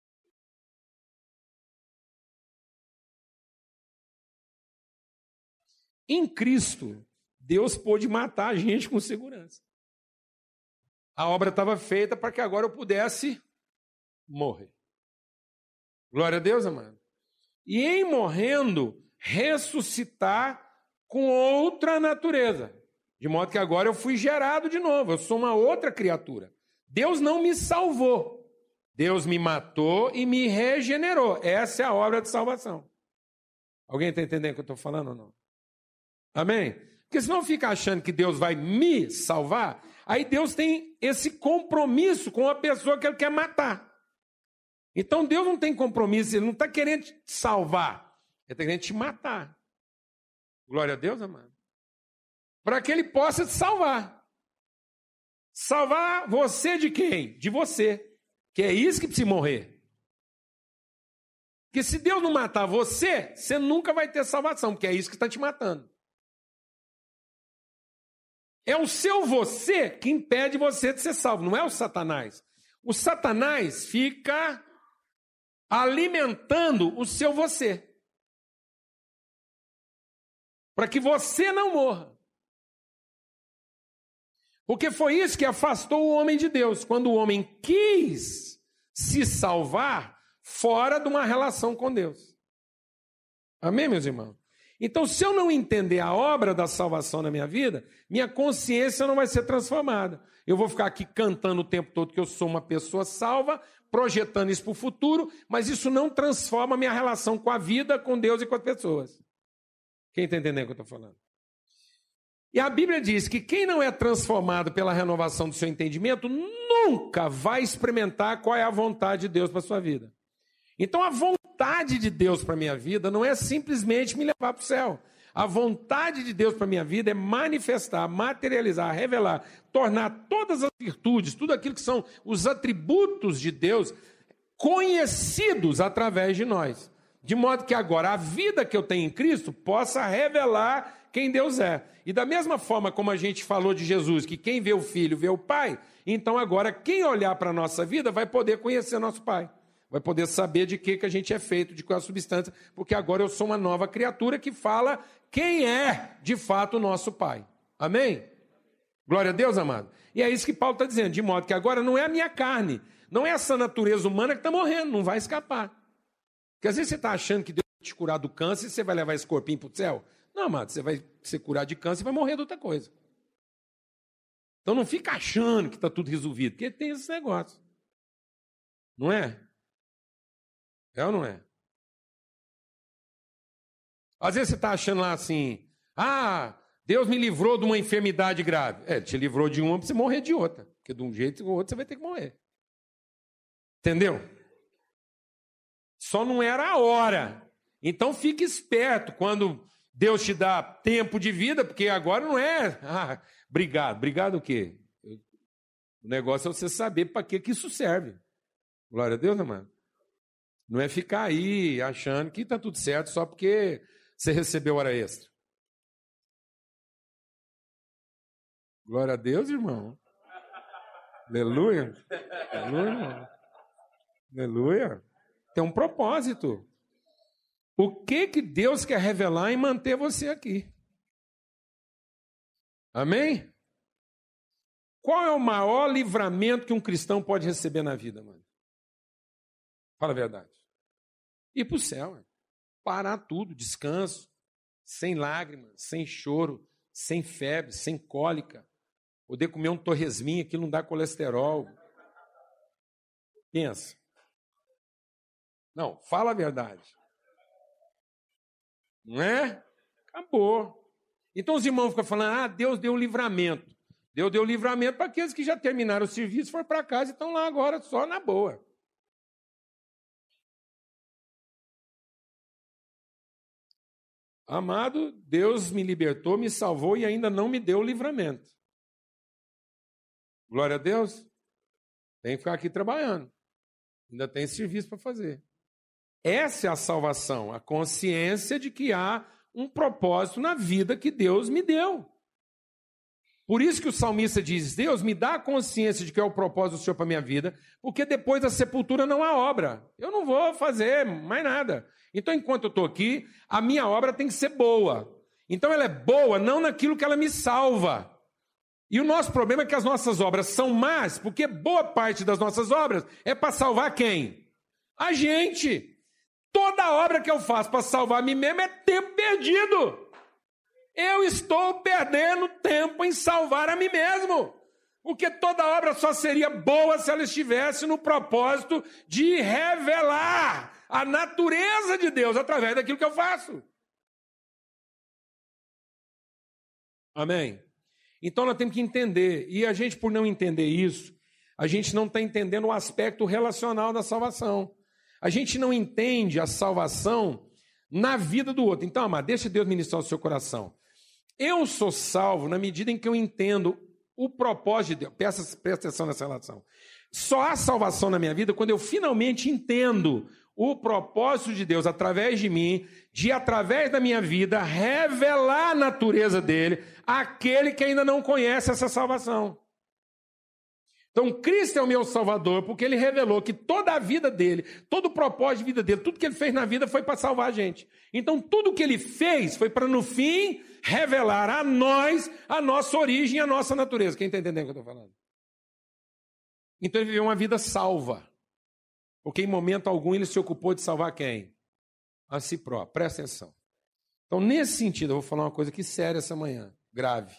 Em Cristo, Deus pôde matar a gente com segurança. A obra estava feita para que agora eu pudesse morrer. Glória a Deus, amado. E em morrendo, ressuscitar com outra natureza. De modo que agora eu fui gerado de novo, eu sou uma outra criatura. Deus não me salvou. Deus me matou e me regenerou. Essa é a obra de salvação. Alguém está entendendo o que eu estou falando ou não? Amém? Porque senão fica achando que Deus vai me salvar, aí Deus tem esse compromisso com a pessoa que Ele quer matar. Então Deus não tem compromisso, Ele não está querendo te salvar, Ele está querendo te matar. Glória a Deus, amado. Para que Ele possa te salvar. Salvar você de quem? De você. Que é isso que precisa morrer. Porque se Deus não matar você, você nunca vai ter salvação, porque é isso que está te matando. É o seu você que impede você de ser salvo, não é o Satanás. O Satanás fica alimentando o seu você, para que você não morra. Porque foi isso que afastou o homem de Deus, quando o homem quis se salvar fora de uma relação com Deus. Amém, meus irmãos? Então, se eu não entender a obra da salvação na minha vida, minha consciência não vai ser transformada. Eu vou ficar aqui cantando o tempo todo que eu sou uma pessoa salva, projetando isso para o futuro, mas isso não transforma a minha relação com a vida, com Deus e com as pessoas. Quem está entendendo o que eu estou falando? E a Bíblia diz que quem não é transformado pela renovação do seu entendimento nunca vai experimentar qual é a vontade de Deus para a sua vida. Então a vontade de Deus para a minha vida não é simplesmente me levar para o céu. A vontade de Deus para a minha vida é manifestar, materializar, revelar, tornar todas as virtudes, tudo aquilo que são os atributos de Deus conhecidos através de nós. De modo que agora a vida que eu tenho em Cristo possa revelar quem Deus é. E da mesma forma como a gente falou de Jesus, que quem vê o Filho vê o Pai, então agora quem olhar para a nossa vida vai poder conhecer nosso Pai. Vai poder saber de que a gente é feito, de qual é a substância, porque agora eu sou uma nova criatura que fala quem é de fato o nosso Pai. Amém? Glória a Deus, amado. E é isso que Paulo está dizendo, de modo que agora não é a minha carne, não é essa natureza humana que está morrendo, não vai escapar. Porque às vezes você está achando que Deus vai te curar do câncer e você vai levar esse corpinho para o céu. Não, amado, você vai ser curado de câncer e vai morrer de outra coisa. Então não fica achando que está tudo resolvido, porque tem esse negócio. Não é? É ou não é? Às vezes você está achando lá assim, Deus me livrou de uma enfermidade grave. Ele te livrou de uma para você morrer de outra. Porque de um jeito ou outro você vai ter que morrer. Entendeu? Só não era a hora. Então fique esperto quando Deus te dá tempo de vida, porque agora não é, obrigado. Obrigado o quê? O negócio é você saber para que isso serve. Glória a Deus, amado. Não é ficar aí achando que está tudo certo só porque você recebeu hora extra. Glória a Deus, irmão. Aleluia. Aleluia, irmão. Aleluia. Tem um propósito. O que Deus quer revelar e manter você aqui? Amém? Qual é o maior livramento que um cristão pode receber na vida, mano? Fala a verdade. Ir para o céu. Parar tudo, descanso. Sem lágrimas, sem choro, sem febre, sem cólica. Poder comer um torresminho que não dá colesterol. Pensa. Não, fala a verdade. Não é? Acabou. Então os irmãos ficam falando, Deus deu livramento. Deus deu livramento para aqueles que já terminaram o serviço, foram para casa e estão lá agora só na boa. Amado, Deus me libertou, me salvou e ainda não me deu o livramento. Glória a Deus. Tem que ficar aqui trabalhando. Ainda tem serviço para fazer. Essa é a salvação, a consciência de que há um propósito na vida que Deus me deu. Por isso que o salmista diz, Deus me dá a consciência de que é o propósito do Senhor para a minha vida, porque depois da sepultura não há obra. Eu não vou fazer mais nada. Então, enquanto eu estou aqui, a minha obra tem que ser boa. Então, ela é boa não naquilo que ela me salva. E o nosso problema é que as nossas obras são más, porque boa parte das nossas obras é para salvar quem? A gente. Toda obra que eu faço para salvar a mim mesmo é tempo perdido. Eu estou perdendo tempo em salvar a mim mesmo. Porque toda obra só seria boa se ela estivesse no propósito de revelar a natureza de Deus através daquilo que eu faço. Amém? Então nós temos que entender. E a gente, por não entender isso, a gente não está entendendo o aspecto relacional da salvação. A gente não entende a salvação na vida do outro. Então, amado, deixa Deus ministrar o seu coração. Eu sou salvo na medida em que eu entendo o propósito de Deus. Presta atenção nessa relação. Só há salvação na minha vida quando eu finalmente entendo o propósito de Deus através de mim, de através da minha vida, revelar a natureza dele àquele que ainda não conhece essa salvação. Então, Cristo é o meu Salvador, porque ele revelou que toda a vida dele, todo o propósito de vida dele, tudo que ele fez na vida foi para salvar a gente. Então, tudo que ele fez foi para, no fim, revelar a nós a nossa origem e a nossa natureza. Quem está entendendo o que eu estou falando? Então, ele viveu uma vida salva. Porque em momento algum ele se ocupou de salvar quem? A si próprio. Presta atenção. Então, nesse sentido, eu vou falar uma coisa aqui séria essa manhã, grave.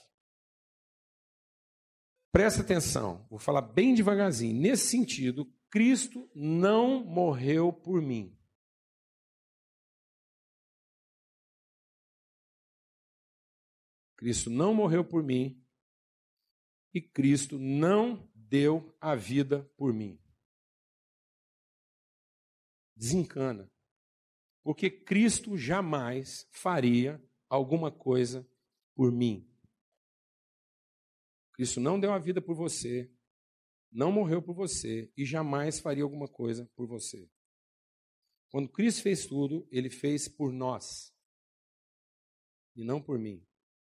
Presta atenção, vou falar bem devagarzinho. Nesse sentido, Cristo não morreu por mim. Cristo não morreu por mim e Cristo não deu a vida por mim. Desencana. Porque Cristo jamais faria alguma coisa por mim. Cristo não deu a vida por você, não morreu por você e jamais faria alguma coisa por você. Quando Cristo fez tudo, ele fez por nós e não por mim.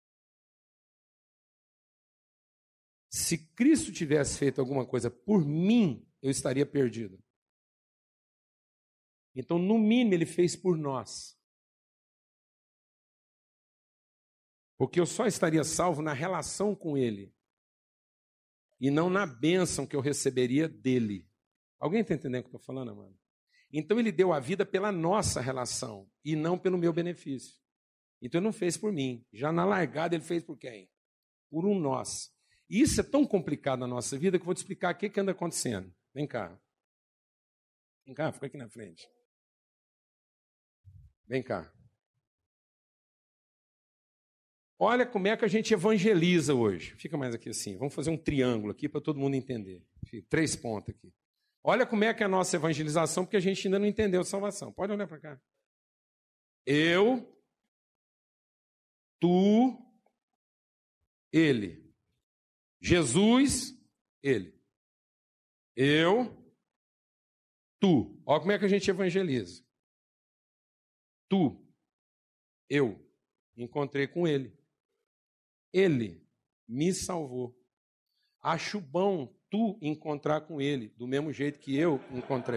Se Cristo tivesse feito alguma coisa por mim, eu estaria perdido. Então, no mínimo, ele fez por nós. Porque eu só estaria salvo na relação com ele. E não na bênção que eu receberia dele. Alguém está entendendo o que eu estou falando, amado? Então ele deu a vida pela nossa relação e não pelo meu benefício. Então ele não fez por mim. Já na largada ele fez por quem? Por um nós. E isso é tão complicado na nossa vida que eu vou te explicar o que anda acontecendo. Vem cá. Vem cá, fica aqui na frente. Vem cá. Olha como é que a gente evangeliza hoje. Fica mais aqui assim. Vamos fazer um triângulo aqui para todo mundo entender. 3 pontos aqui. Olha como é que é a nossa evangelização, porque a gente ainda não entendeu a salvação. Pode olhar para cá. Eu, tu, ele. Jesus, ele. Eu, tu. Olha como é que a gente evangeliza. Tu, eu, encontrei com ele. Ele me salvou. Acho bom tu encontrar com ele, do mesmo jeito que eu encontrei.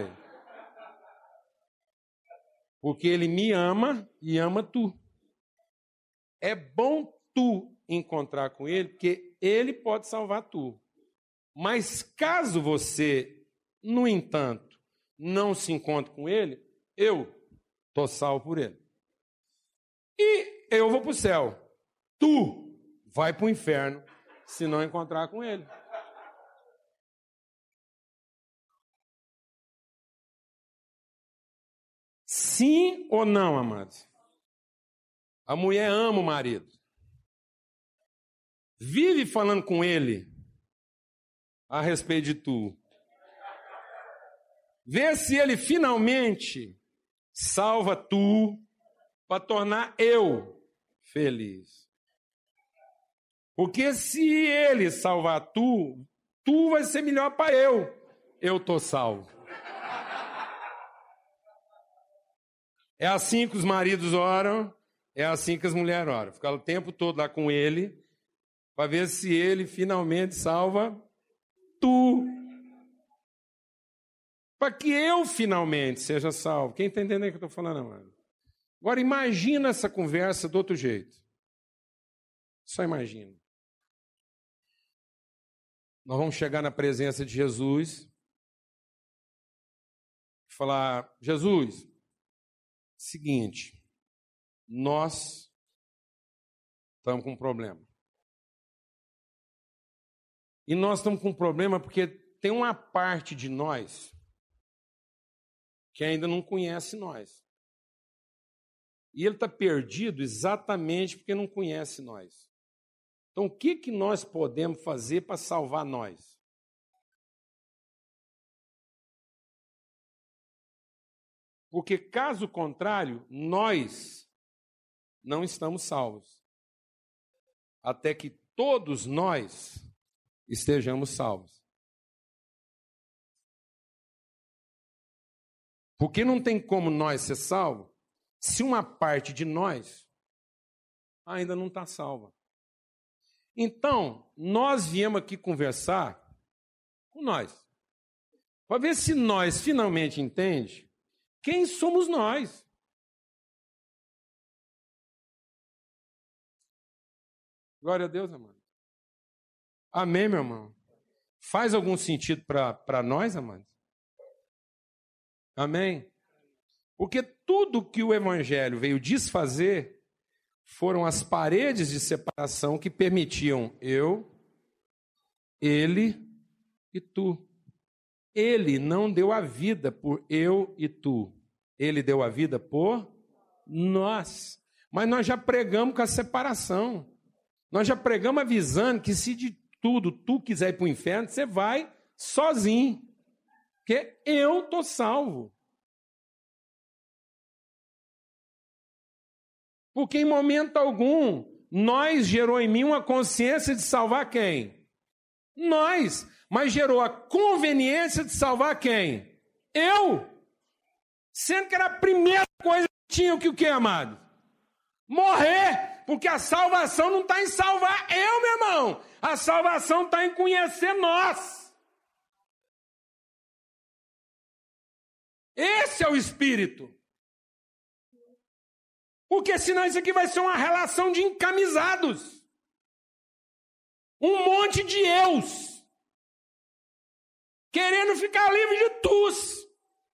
Porque ele me ama e ama tu. É bom tu encontrar com ele, porque ele pode salvar tu. Mas caso você, no entanto, não se encontre com ele, eu estou salvo por ele. E eu vou para o céu. Tu vai para o inferno se não encontrar com ele. Sim ou não, amados? A mulher ama o marido. Vive falando com ele a respeito de tu. Vê se ele finalmente salva tu para tornar eu feliz. Porque se ele salvar tu, tu vai ser melhor para eu. Eu estou salvo. É assim que os maridos oram, é assim que as mulheres oram. Ficar o tempo todo lá com ele, para ver se ele finalmente salva tu. Para que eu finalmente seja salvo. Quem está entendendo o que eu estou falando, amado? Agora imagina essa conversa do outro jeito. Só imagina. Nós vamos chegar na presença de Jesus e falar: Jesus, seguinte, nós estamos com um problema. E nós estamos com um problema porque tem uma parte de nós que ainda não conhece nós. E ele está perdido exatamente porque não conhece nós. Então, o que nós podemos fazer para salvar nós? Porque, caso contrário, nós não estamos salvos. Até que todos nós estejamos salvos. Porque não tem como nós ser salvos se uma parte de nós ainda não está salva. Então, nós viemos aqui conversar com nós, para ver se nós finalmente entendemos quem somos nós. Glória a Deus, amado. Amém, meu irmão? Faz algum sentido para nós, amados? Amém? Porque tudo que o Evangelho veio desfazer foram as paredes de separação que permitiam eu, ele e tu. Ele não deu a vida por eu e tu. Ele deu a vida por nós. Mas nós já pregamos com a separação. Nós já pregamos avisando que se de tudo tu quiser ir para o inferno, você vai sozinho. Porque eu estou salvo. Porque em momento algum, nós gerou em mim uma consciência de salvar quem? Nós. Mas gerou a conveniência de salvar quem? Eu. Sendo que era a primeira coisa que tinha o que, amado? Morrer. Porque a salvação não está em salvar eu, meu irmão. A salvação está em conhecer nós. Esse é o Espírito. Porque senão isso aqui vai ser uma relação de encamisados. Um monte de eus. Querendo ficar livre de tus.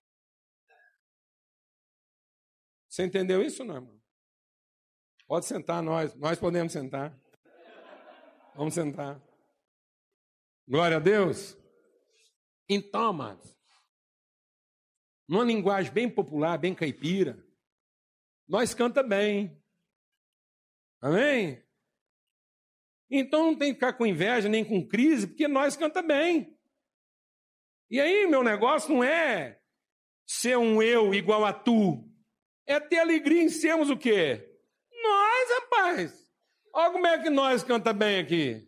Você entendeu isso, não, irmão? Pode sentar, nós podemos sentar. Vamos sentar. Glória a Deus. Então, amados, numa linguagem bem popular, bem caipira, nós canta bem. Amém? Então não tem que ficar com inveja nem com crise, porque nós canta bem. E aí, meu negócio não é ser um eu igual a tu. É ter alegria em sermos o quê? Nós, rapaz. Olha como é que nós canta bem aqui.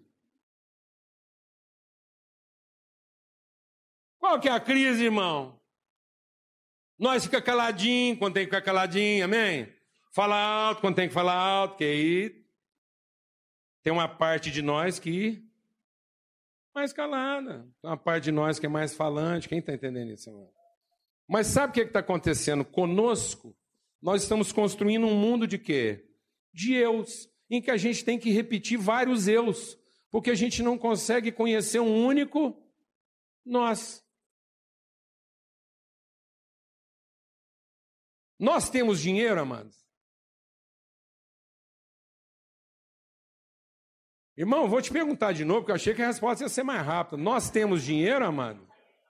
Qual que é a crise, irmão? Nós fica caladinho quando tem que ficar caladinho, amém? Fala alto quando tem que falar alto, porque aí tem uma parte de nós que é mais calada. Tem uma parte de nós que é mais falante. Quem está entendendo isso, irmão? Mas sabe o que está acontecendo conosco? Nós estamos construindo um mundo de quê? De eus, em que a gente tem que repetir vários eus, porque a gente não consegue conhecer um único nós. Nós temos dinheiro, amados? Irmão, vou te perguntar de novo, porque eu achei que a resposta ia ser mais rápida. Nós temos dinheiro, amado?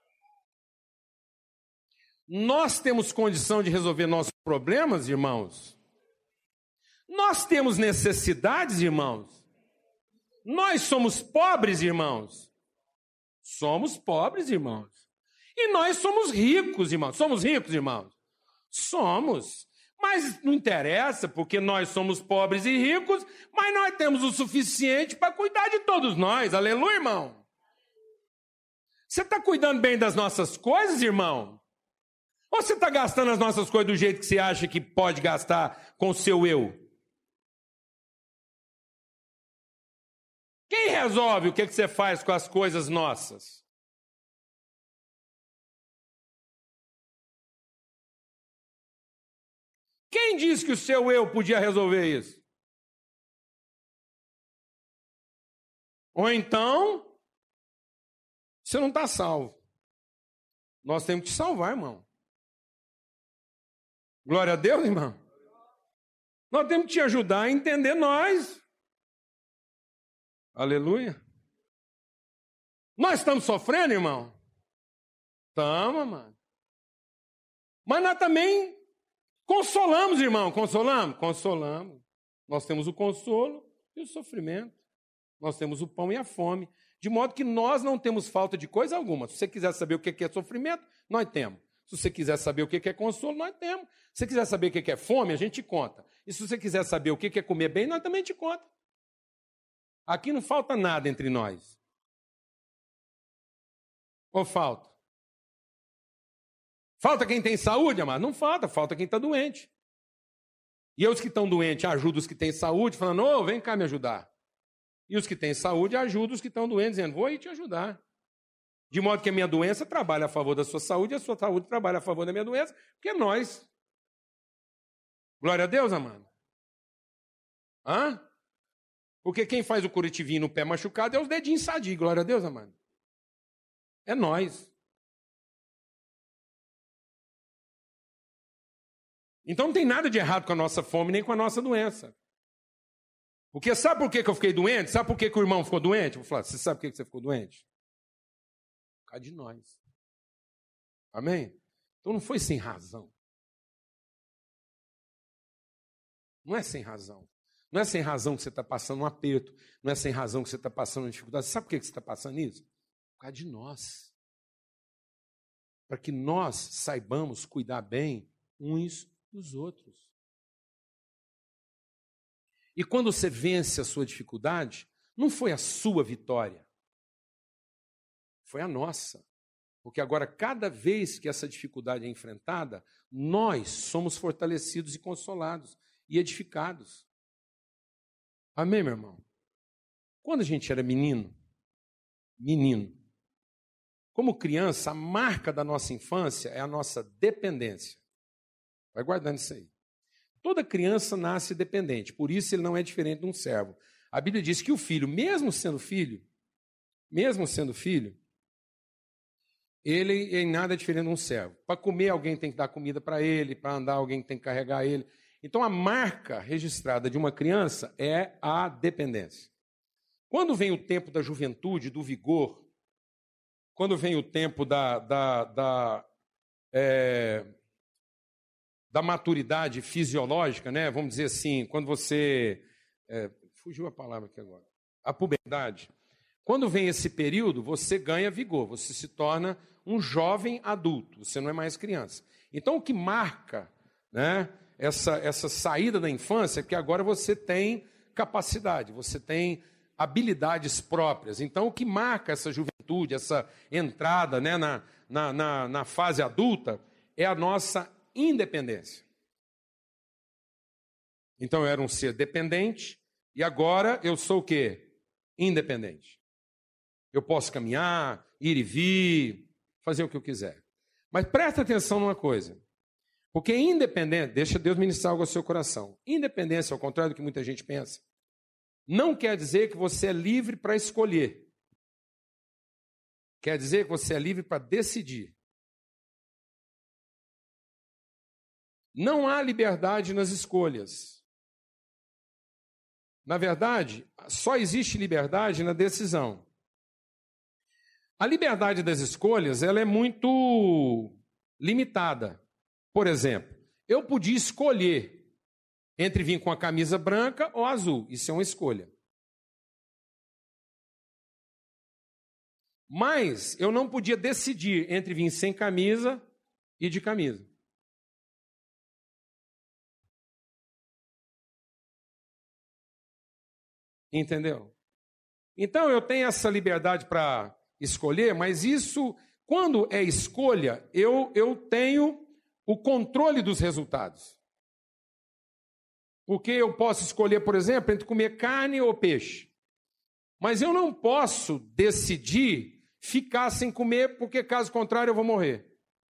Nós temos condição de resolver nossos problemas, irmãos? Nós temos necessidades, irmãos? Nós somos pobres, irmãos? Somos pobres, irmãos. E nós somos ricos, irmãos. Somos ricos, irmãos? Somos. Mas não interessa, porque nós somos pobres e ricos, mas nós temos o suficiente para cuidar de todos nós. Aleluia, irmão. Você está cuidando bem das nossas coisas, irmão? Ou você está gastando as nossas coisas do jeito que você acha que pode gastar com o seu eu? Quem resolve o que você faz com as coisas nossas? Quem disse que o seu eu podia resolver isso? Ou então, você não está salvo. Nós temos que te salvar, irmão. Glória a Deus, irmão. Nós temos que te ajudar a entender nós. Aleluia. Nós estamos sofrendo, irmão? Estamos, mano. Mas nós também consolamos, irmão. Consolamos? Consolamos. Nós temos o consolo e o sofrimento. Nós temos o pão e a fome. De modo que nós não temos falta de coisa alguma. Se você quiser saber o que é sofrimento, nós temos. Se você quiser saber o que é consolo, nós temos. Se você quiser saber o que é fome, a gente te conta. E se você quiser saber o que é comer bem, nós também te conta. Aqui não falta nada entre nós. Ou falta? Falta quem tem saúde, amado? Não falta, falta quem está doente. E os que estão doentes ajudam os que têm saúde, falando, ô, vem cá me ajudar. E os que têm saúde ajudam os que estão doentes, dizendo, vou aí te ajudar. De modo que a minha doença trabalha a favor da sua saúde e a sua saúde trabalha a favor da minha doença, porque nós. Glória a Deus, amado. Hã? Porque quem faz o curativinho no pé machucado é os dedinhos sadios, glória a Deus, amado. É nós. Então não tem nada de errado com a nossa fome, nem com a nossa doença. Porque sabe por que eu fiquei doente? Sabe por que o irmão ficou doente? Vou falar, você sabe por que você ficou doente? Por causa de nós. Amém? Então não foi sem razão. Não é sem razão. Não é sem razão que você está passando um aperto. Não é sem razão que você está passando uma dificuldade. Sabe por que você está passando isso? Por causa de nós. Para que nós saibamos cuidar bem uns dos outros. E quando você vence a sua dificuldade, não foi a sua vitória. Foi a nossa. Porque agora, cada vez que essa dificuldade é enfrentada, nós somos fortalecidos e consolados e edificados. Amém, meu irmão? Quando a gente era menino, como criança, a marca da nossa infância é a nossa dependência. Vai guardando isso aí. Toda criança nasce dependente, por isso ele não é diferente de um servo. A Bíblia diz que o filho, mesmo sendo filho, ele em nada é diferente de um servo. Para comer, alguém tem que dar comida para ele, para andar, alguém tem que carregar ele. Então, a marca registrada de uma criança é a dependência. Quando vem o tempo da juventude, do vigor, quando vem o tempo da maturidade fisiológica, né? Vamos dizer assim, quando você... fugiu a palavra aqui agora. A puberdade. Quando vem esse período, você ganha vigor, você se torna um jovem adulto, você não é mais criança. Então, o que marca, né, essa saída da infância é que agora você tem capacidade, você tem habilidades próprias. Então, o que marca essa juventude, essa entrada, né, na fase adulta, é a nossa independência. Então, eu era um ser dependente e agora eu sou o quê? Independente. Eu posso caminhar, ir e vir, fazer o que eu quiser. Mas presta atenção numa coisa. Porque independente, deixa Deus ministrar algo ao seu coração. Independência, ao contrário do que muita gente pensa, não quer dizer que você é livre para escolher. Quer dizer que você é livre para decidir. Não há liberdade nas escolhas. Na verdade, só existe liberdade na decisão. A liberdade das escolhas, ela é muito limitada. Por exemplo, eu podia escolher entre vir com a camisa branca ou azul. Isso é uma escolha. Mas eu não podia decidir entre vir sem camisa e de camisa. Entendeu? Então eu tenho essa liberdade para escolher, mas isso, quando é escolha, eu tenho o controle dos resultados. Porque eu posso escolher, por exemplo, entre comer carne ou peixe. Mas eu não posso decidir ficar sem comer, porque caso contrário eu vou morrer.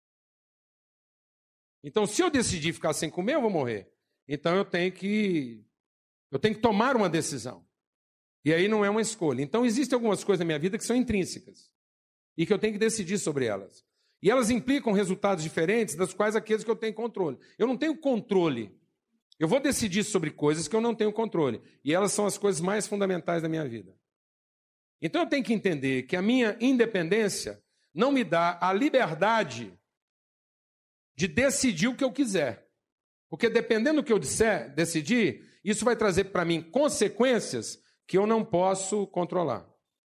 Então, se eu decidir ficar sem comer, eu vou morrer. Então eu tenho que tomar uma decisão. E aí não é uma escolha. Então, existem algumas coisas na minha vida que são intrínsecas e que eu tenho que decidir sobre elas. E elas implicam resultados diferentes das quais aqueles que eu tenho controle. Eu não tenho controle. Eu vou decidir sobre coisas que eu não tenho controle. E elas são as coisas mais fundamentais da minha vida. Então, eu tenho que entender que a minha independência não me dá a liberdade de decidir o que eu quiser. Porque dependendo do que eu decidir, isso vai trazer para mim consequências que eu não posso controlar.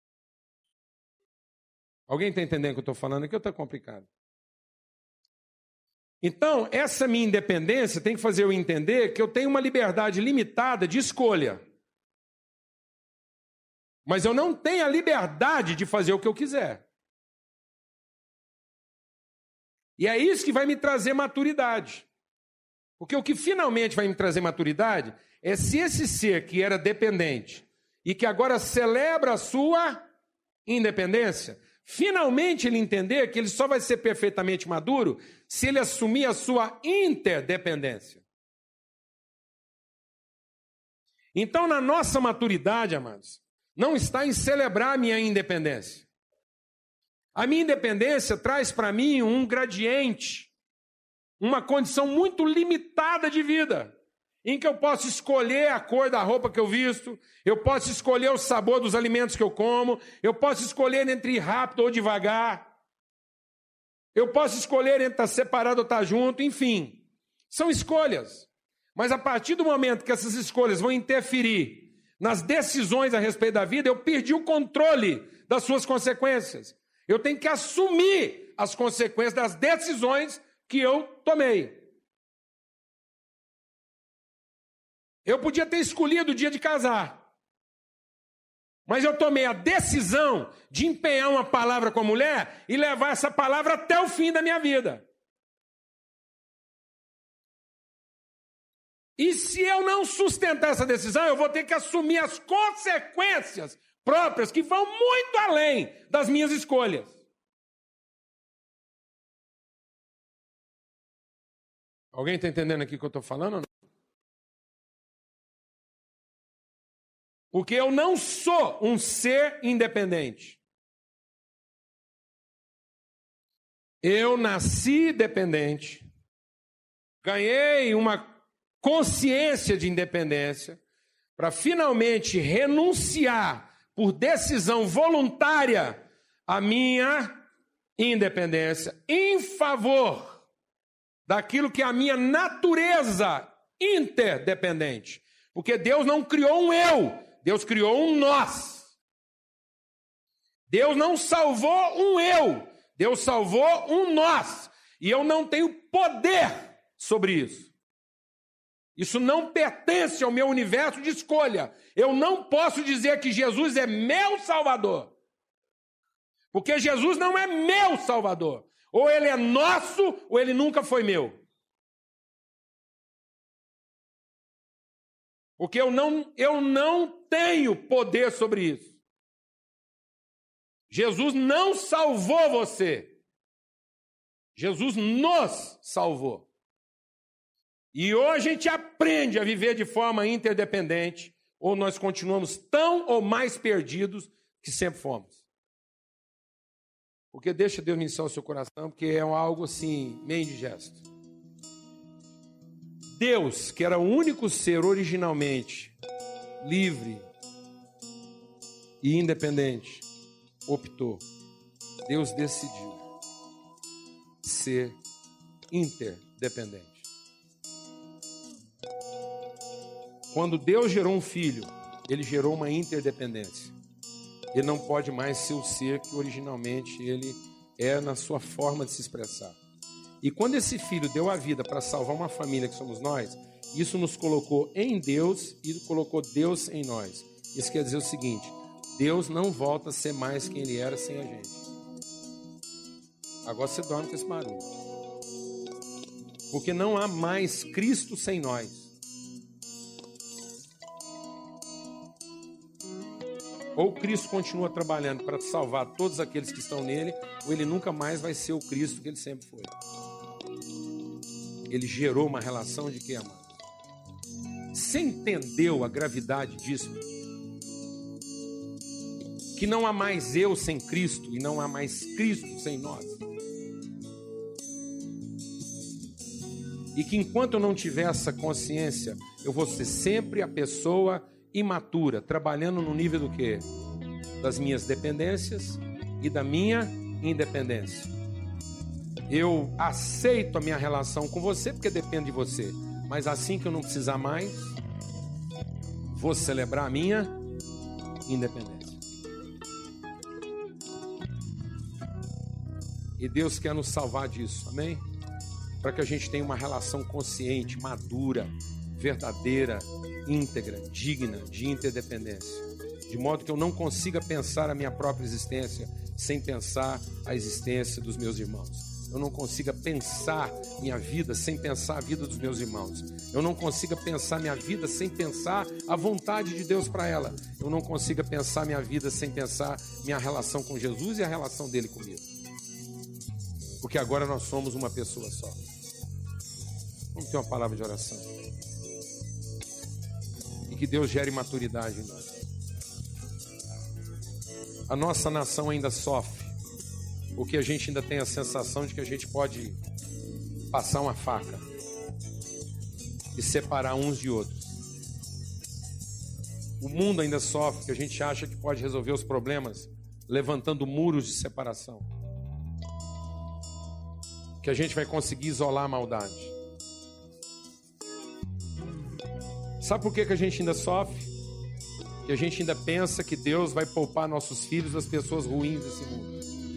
Alguém está entendendo o que eu estou falando aqui ou está complicado? Então, essa minha independência tem que fazer eu entender que eu tenho uma liberdade limitada de escolha. Mas eu não tenho a liberdade de fazer o que eu quiser. E é isso que vai me trazer maturidade. Porque o que finalmente vai me trazer maturidade é se esse ser que era dependente e que agora celebra a sua independência, finalmente ele entender que ele só vai ser perfeitamente maduro se ele assumir a sua interdependência. Então, na nossa maturidade, amados, não está em celebrar a minha independência. A minha independência traz para mim um gradiente, uma condição muito limitada de vida, em que eu posso escolher a cor da roupa que eu visto, eu posso escolher o sabor dos alimentos que eu como, eu posso escolher entre ir rápido ou devagar, eu posso escolher entre estar separado ou estar junto, enfim, são escolhas. Mas a partir do momento que essas escolhas vão interferir nas decisões a respeito da vida, eu perdi o controle das suas consequências. Eu tenho que assumir as consequências das decisões que eu tomei. Eu podia ter escolhido o dia de casar, mas eu tomei a decisão de empenhar uma palavra com a mulher e levar essa palavra até o fim da minha vida. E se eu não sustentar essa decisão, eu vou ter que assumir as consequências próprias que vão muito além das minhas escolhas. Alguém está entendendo aqui o que eu estou falando ou não? Porque eu não sou um ser independente. Eu nasci dependente, ganhei uma consciência de independência para finalmente renunciar por decisão voluntária à minha independência em favor daquilo que é a minha natureza interdependente. Porque Deus não criou um eu, Deus criou um nós. Deus não salvou um eu, Deus salvou um nós. E eu não tenho poder sobre isso. Isso não pertence ao meu universo de escolha. Eu não posso dizer que Jesus é meu Salvador. Porque Jesus não é meu Salvador. Ou ele é nosso, ou ele nunca foi meu. Porque eu não tenho poder sobre isso. Jesus não salvou você. Jesus nos salvou. E hoje a gente aprende a viver de forma interdependente, ou nós continuamos tão ou mais perdidos que sempre fomos. Porque deixa Deus ministrar o seu coração, porque é algo assim, meio indigesto. Deus, que era o único ser originalmente livre e independente, optou. Deus decidiu ser interdependente. Quando Deus gerou um filho, ele gerou uma interdependência. Ele não pode mais ser o ser que originalmente ele é na sua forma de se expressar. E quando esse filho deu a vida para salvar uma família que somos nós, isso nos colocou em Deus e colocou Deus em nós. Isso quer dizer o seguinte: Deus não volta a ser mais quem ele era sem a gente. Agora você dorme com esse barulho. Porque não há mais Cristo sem nós. Ou Cristo continua trabalhando para salvar todos aqueles que estão nele, ou ele nunca mais vai ser o Cristo que ele sempre foi. Ele gerou uma relação de que, amado? Você entendeu a gravidade disso? Que não há mais eu sem Cristo e não há mais Cristo sem nós. E que enquanto eu não tiver essa consciência, eu vou ser sempre a pessoa imatura, trabalhando no nível do quê? Das minhas dependências e da minha independência. Eu aceito a minha relação com você porque depende de você, mas assim que eu não precisar mais, vou celebrar a minha independência. E Deus quer nos salvar disso, amém? Para que a gente tenha uma relação consciente, madura, verdadeira, íntegra, digna de interdependência, de modo que eu não consiga pensar a minha própria existência sem pensar a existência dos meus irmãos, eu não consiga pensar minha vida sem pensar a vida dos meus irmãos. Eu não consiga pensar minha vida sem pensar a vontade de Deus para ela. Eu não consiga pensar minha vida sem pensar minha relação com Jesus e a relação dele comigo. Porque agora nós somos uma pessoa só. Vamos ter uma palavra de oração. E que Deus gere maturidade em nós. A nossa nação ainda sofre, porque a gente ainda tem a sensação de que a gente pode passar uma faca e separar uns de outros. O mundo ainda sofre, porque a gente acha que pode resolver os problemas levantando muros de separação. Que a gente vai conseguir isolar a maldade. Sabe por que a gente ainda sofre? Que a gente ainda pensa que Deus vai poupar nossos filhos das pessoas ruins desse mundo.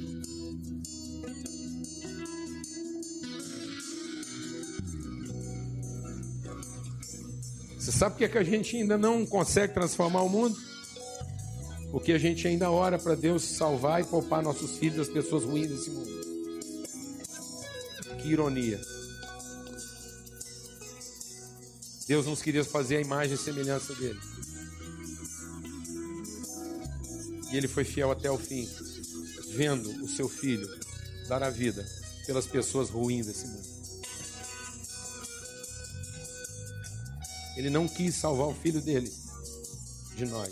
Você sabe por que a gente ainda não consegue transformar o mundo? Porque a gente ainda ora para Deus salvar e poupar nossos filhos das pessoas ruins desse mundo. Que ironia. Deus nos queria fazer a imagem e semelhança dele. E ele foi fiel até o fim, vendo o seu filho dar a vida pelas pessoas ruins desse mundo. Ele não quis salvar o filho dele de nós.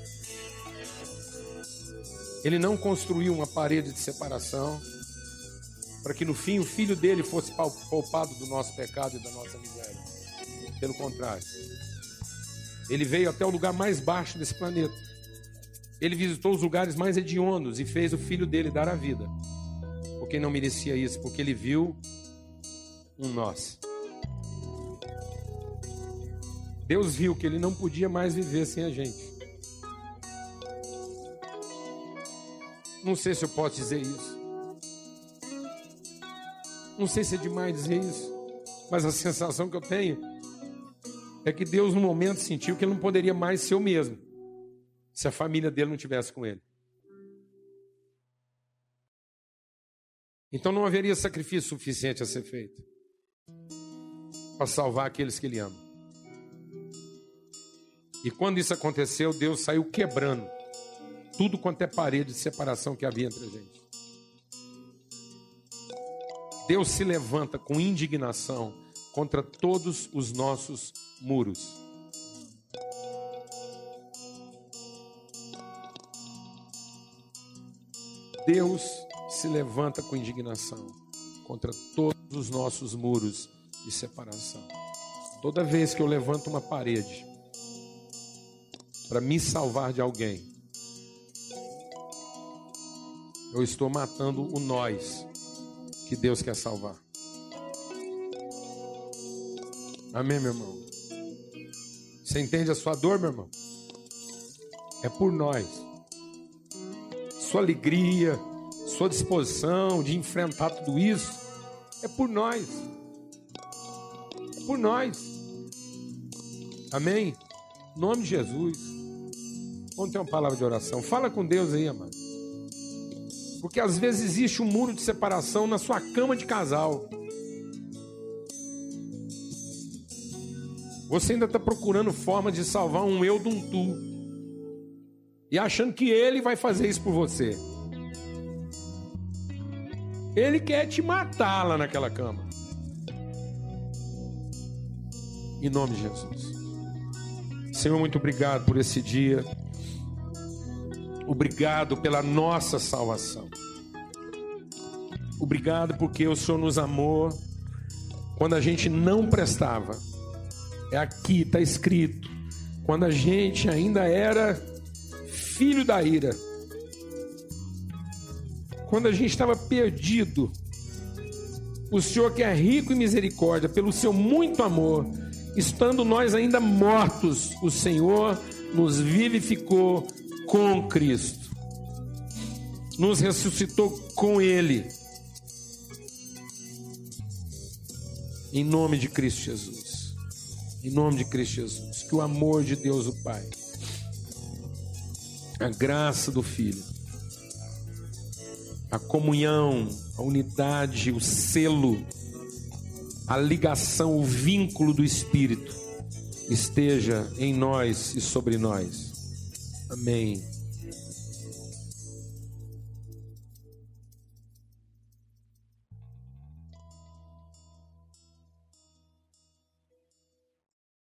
Ele não construiu uma parede de separação para que no fim o filho dele fosse poupado do nosso pecado e da nossa miséria. Pelo contrário, ele veio até o lugar mais baixo desse planeta. Ele visitou os lugares mais hediondos e fez o filho dele dar a vida. Porque não merecia isso, porque ele viu um nós. Deus viu que ele não podia mais viver sem a gente. Não sei se eu posso dizer isso. Não sei se é demais dizer isso. Mas a sensação que eu tenho é que Deus no momento sentiu que ele não poderia mais ser o mesmo se a família dele não estivesse com ele. Então não haveria sacrifício suficiente a ser feito para salvar aqueles que ele ama. E quando isso aconteceu, Deus saiu quebrando tudo quanto é parede de separação que havia entre a gente. Deus se levanta com indignação contra todos os nossos muros. Deus se levanta com indignação contra todos os nossos muros de separação. Toda vez que eu levanto uma parede para me salvar de alguém, eu estou matando o nós que Deus quer salvar. Amém, meu irmão? Você entende a sua dor, meu irmão? É por nós. Sua alegria, sua disposição de enfrentar tudo isso, é por nós. É por nós. Amém? Em nome de Jesus. Vamos ter uma palavra de oração. Fala com Deus aí, amado. Porque às vezes existe um muro de separação na sua cama de casal. Você ainda está procurando forma de salvar um eu de um tu. E achando que ele vai fazer isso por você. Ele quer te matar lá naquela cama. Em nome de Jesus. Senhor, muito obrigado por esse dia. Obrigado pela nossa salvação. Obrigado porque o Senhor nos amou quando a gente não prestava. É aqui, está escrito. Quando a gente ainda era filho da ira. Quando a gente estava perdido. O Senhor que é rico em misericórdia, pelo seu muito amor, estando nós ainda mortos, o Senhor nos vivificou com Cristo. Nos ressuscitou com Ele. Em nome de Cristo Jesus. Em nome de Cristo Jesus. Que o amor de Deus o Pai, a graça do Filho a comunhão, a unidade, o selo, a ligação, o vínculo do Espírito esteja em nós e sobre nós. Amém.